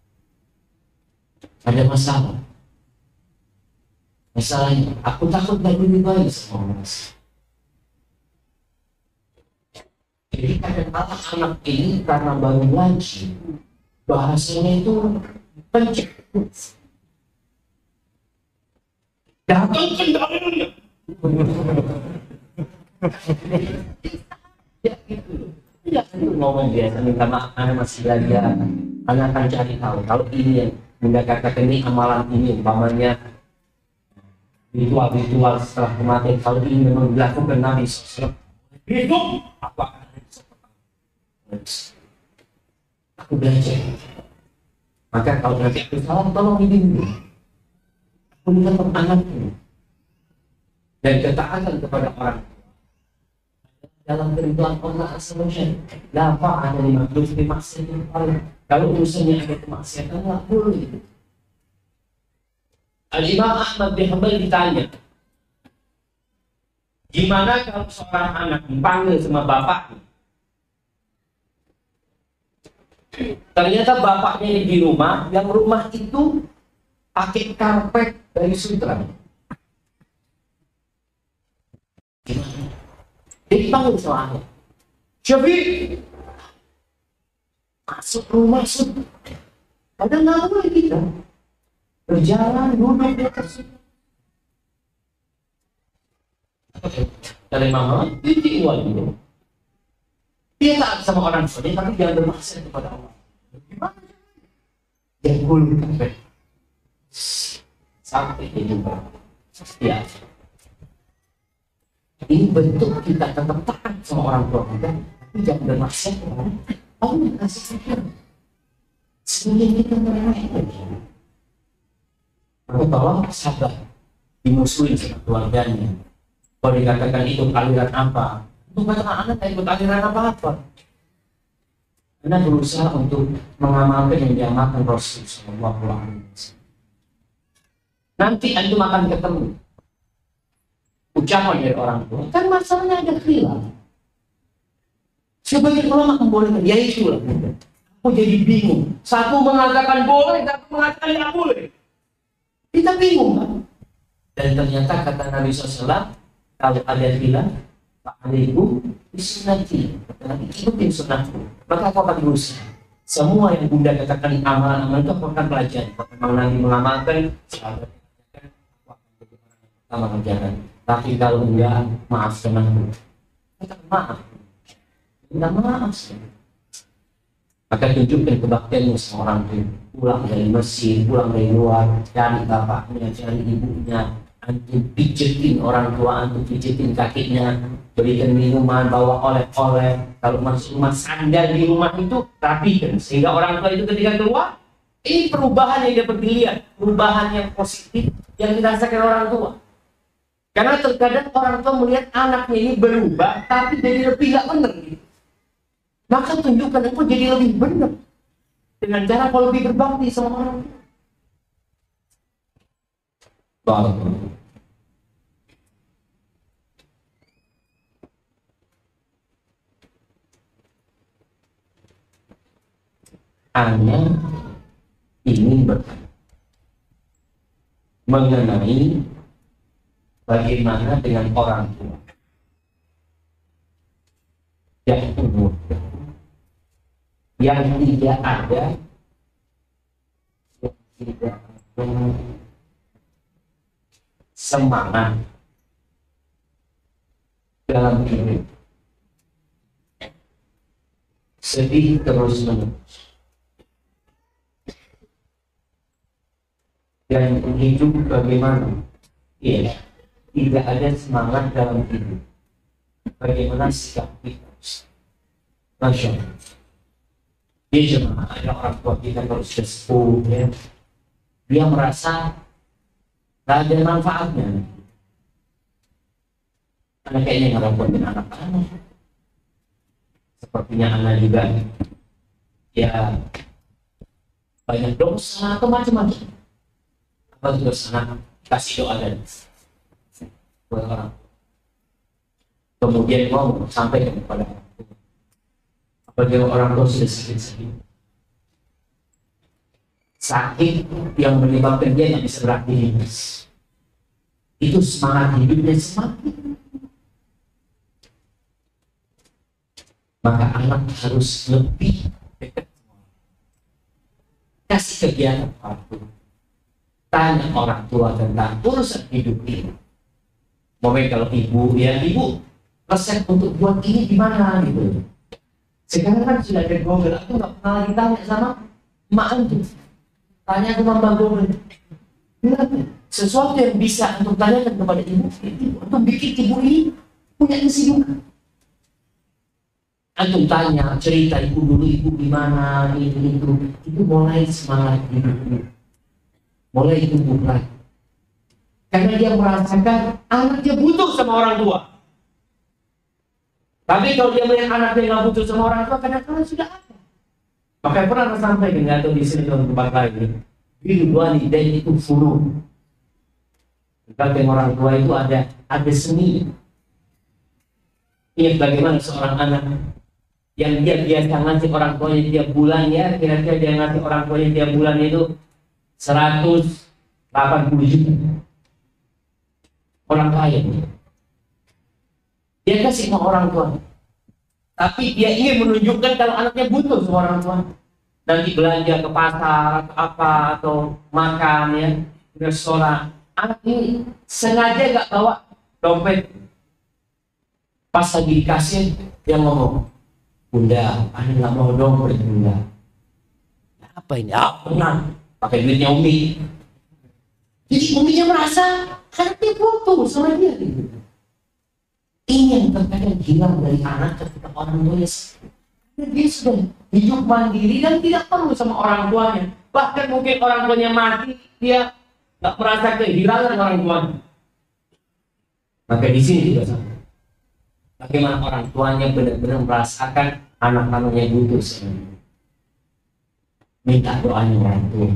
ada masalah. Masalahnya, aku takut gak lebih baik sama Mas. Jadi kadang-kadang anak ini karena baru ngaji, bahasanya itu pencet. Datang kendalinya. Ya gitu. Ya itu ngomong biasa, minta maaf, anak masih belajar. Anak akan cari tahu. Kalau ini yang bunda katakan ini amalan ini, umpamanya ritual-ritual setelah kematian, kalau ini memang dilakukan Nabi shallallahu alaihi wasallam, hidup apa akan ada seperti aku belajar. Maka kalau nanti aku salah, tolong dibimbing. Aku tetap anakku. Dan ketaatan kepada orang dalam keridhaan Allah Azza wa Jalla. La ta'ata li makhluq fi maksiatil khaliq. Kalau urusannya ada kemaksiatan, nggak boleh. Al-Imam Ahmad bin Hanbal ditanya, gimana kalau seorang anak dipanggil sama bapaknya? Ternyata bapaknya ini di rumah, yang rumah itu pakai karpet dari sutra. Gimana? Dia dipanggil sama anak. Syafiq, masuk rumah, masuk. Padahal nggak boleh kita berjalan duduk di atas. Dari mama, itu wajib. Dia taat sama orang tua, tapi jangan bermaksud kepada Allah. Gimana? Jangan boleh sampai sampai itu. Ya. Ini bentuk kita tetap taat sama orang tua kita, tapi jangan bermaksud kepada Allah. Kasih pikir. Sehingga kita meremehkan. Maka tolong sabar, dimusuhin sama keluarganya. Kalau dikatakan itu aliran apa, untuk katakan anak tak ikut aliran apa-apa. Anda berusaha untuk mengamalkan yang diamalkan Rasul Sallallahu Alaihi Wasallam. Nanti Anda akan ketemu ucapan dari orang tua, kan masalahnya ada khilaf. Sebagian ulama membolehkan, ya itulah. Aku jadi bingung. Satu mengatakan boleh, satu mengatakan tidak boleh. Kita bingung kan? Dan ternyata kata Nabi shallallahu alaihi wasallam, kalau ada khilaf, Pak Alaikum disunati. Nabi ikutin sunnahku. Maka aku akan berusaha. Semua yang bunda katakan amalan-amalan itu aku akan pelajari. Memang Nabi mengamalkan, sahabat katakan, aku akan jadi orang yang pertama mengerjakan. Tapi kalau enggak, maafkan aku. Katakan maaf. Minta maaf. Maka tunjukkan kebaktianmu sama orang tua. Pulang dari Mesir, pulang dari luar, cari bapaknya, cari ibunya, antum pijetin orang tua, antum pijetin kakinya, berikan minuman, bawa oleh-oleh. Kalau masuk rumah, sandal di rumah itu rapikan, sehingga orang tua itu ketika keluar, ini perubahan yang dapat dilihat, perubahan yang positif yang dirasakan orang tua. Karena terkadang orang tua melihat anaknya ini berubah, tapi jadi lebih gak benar gitu. Maka tunjukkan aku jadi lebih benar dengan cara kau lebih berbakti sama orang tua. Bagus. Anda ingin bertanya mengenai bagaimana dengan orang tua yang umur, yang tidak ada, yang tidak ada semangat dalam hidup, sedih terus menerus, dan hidup bagaimana? Iya, tidak ada semangat dalam hidup. Bagaimana sikap kita? Masya Allah. Dia cuma ada orang tua kita kalau sudah sepuh, ya, dia merasa tak ada manfaatnya. Karena kayaknya nggak buatin anak-anak. Sepertinya anak juga, ya banyak dosa atau macam-macam. Apa dosa anak? Kasih doa dan buat orang. kemudian ngomong sampai kepada orang tua. Apabila orang tua sudah sakit-sakit, sakit yang menyebabkan dia tidak bisa beraktivitas, itu semangat hidupnya semakin. Maka anak harus lebih dekat, kasih kegiatan orang tua, tanya orang tua tentang urusan hidup ini. Momen kalau ibu, ya ibu, resep untuk buat ini gimana gitu. Sekarang kan sudah ada Google, aku nggak pernah lagi tanya sama emak itu. Tanya ke Mbak Google. Sesuatu yang bisa untuk tanyakan kepada ibu, ibu untuk bikin ibu ini punya kesibukan. Antum tanya, cerita ibu dulu, ibu gimana, ini itu, itu mulai semangat hidupnya, mulai tumbuh lagi. Karena dia merasakan anaknya butuh sama orang tua. Tapi kalau dia melihat anaknya nggak butuh sama orang tua, kadang-kadang sudah ada. Makanya pernah saya sampaikan atau di sini atau tempat lain, biru walidain itu furu. Kalau orang tua itu ada ada seni. Ingat bagaimana seorang anak yang dia biasa ngasih orang tuanya tiap bulan, ya kira-kira dia ngasih orang tuanya tiap bulan itu seratus delapan puluh juta. Orang kaya dia kasih sama orang tua, tapi dia ingin menunjukkan kalau anaknya butuh sama orang tua. Nanti belanja ke pasar atau apa atau makan ya di restoran, anak ini sengaja gak bawa dompet. Pas lagi dikasih dia ngomong, bunda, ana nggak mau dompet bunda. Apa ini? Ah, pernah pakai duitnya umi. Jadi uminya merasa anaknya butuh sama dia gitu. Ini yang terkadang hilang dari anak ketika orang tuanya. Dia sudah hidup mandiri dan tidak perlu sama orang tuanya. Bahkan mungkin orang tuanya mati, dia nggak merasa kehilangan orang tuanya. Maka di sini juga sama. Bagaimana orang tuanya benar-benar merasakan anak-anaknya butuh sama dia. Minta doanya orang tua.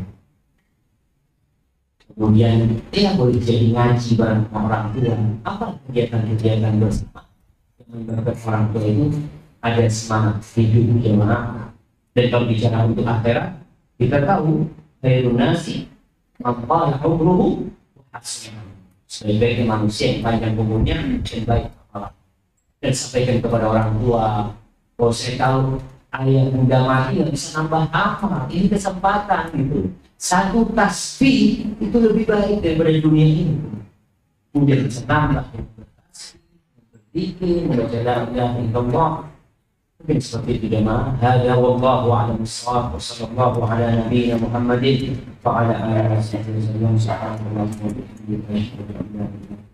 Kemudian dia boleh jadi ngaji bareng sama orang tua. Apa kegiatan-kegiatan bersama yang menyebabkan orang tua itu ada semangat hidup jemaah. Dan kalau bicara untuk akhirat, kita tahu khairun nasi man umruhu hasana. Sebaik-baiknya manusia yang panjang umurnya dan baik akhlak. Dan sampaikan kepada orang tua, kalau saya tahu ayah bunda mati nggak bisa nambah apa, ini kesempatan gitu. Satu tasbih itu lebih baik daripada dunia ini. Kemudian bisa nambah bertasbih, berzikir, membaca la ilaha illallah. Mungkin seperti itu jemaah. Hada wallahu a'lam bissawab. Wassallallahu ala nabiyyina Muhammadin wa ala alihi wasallam.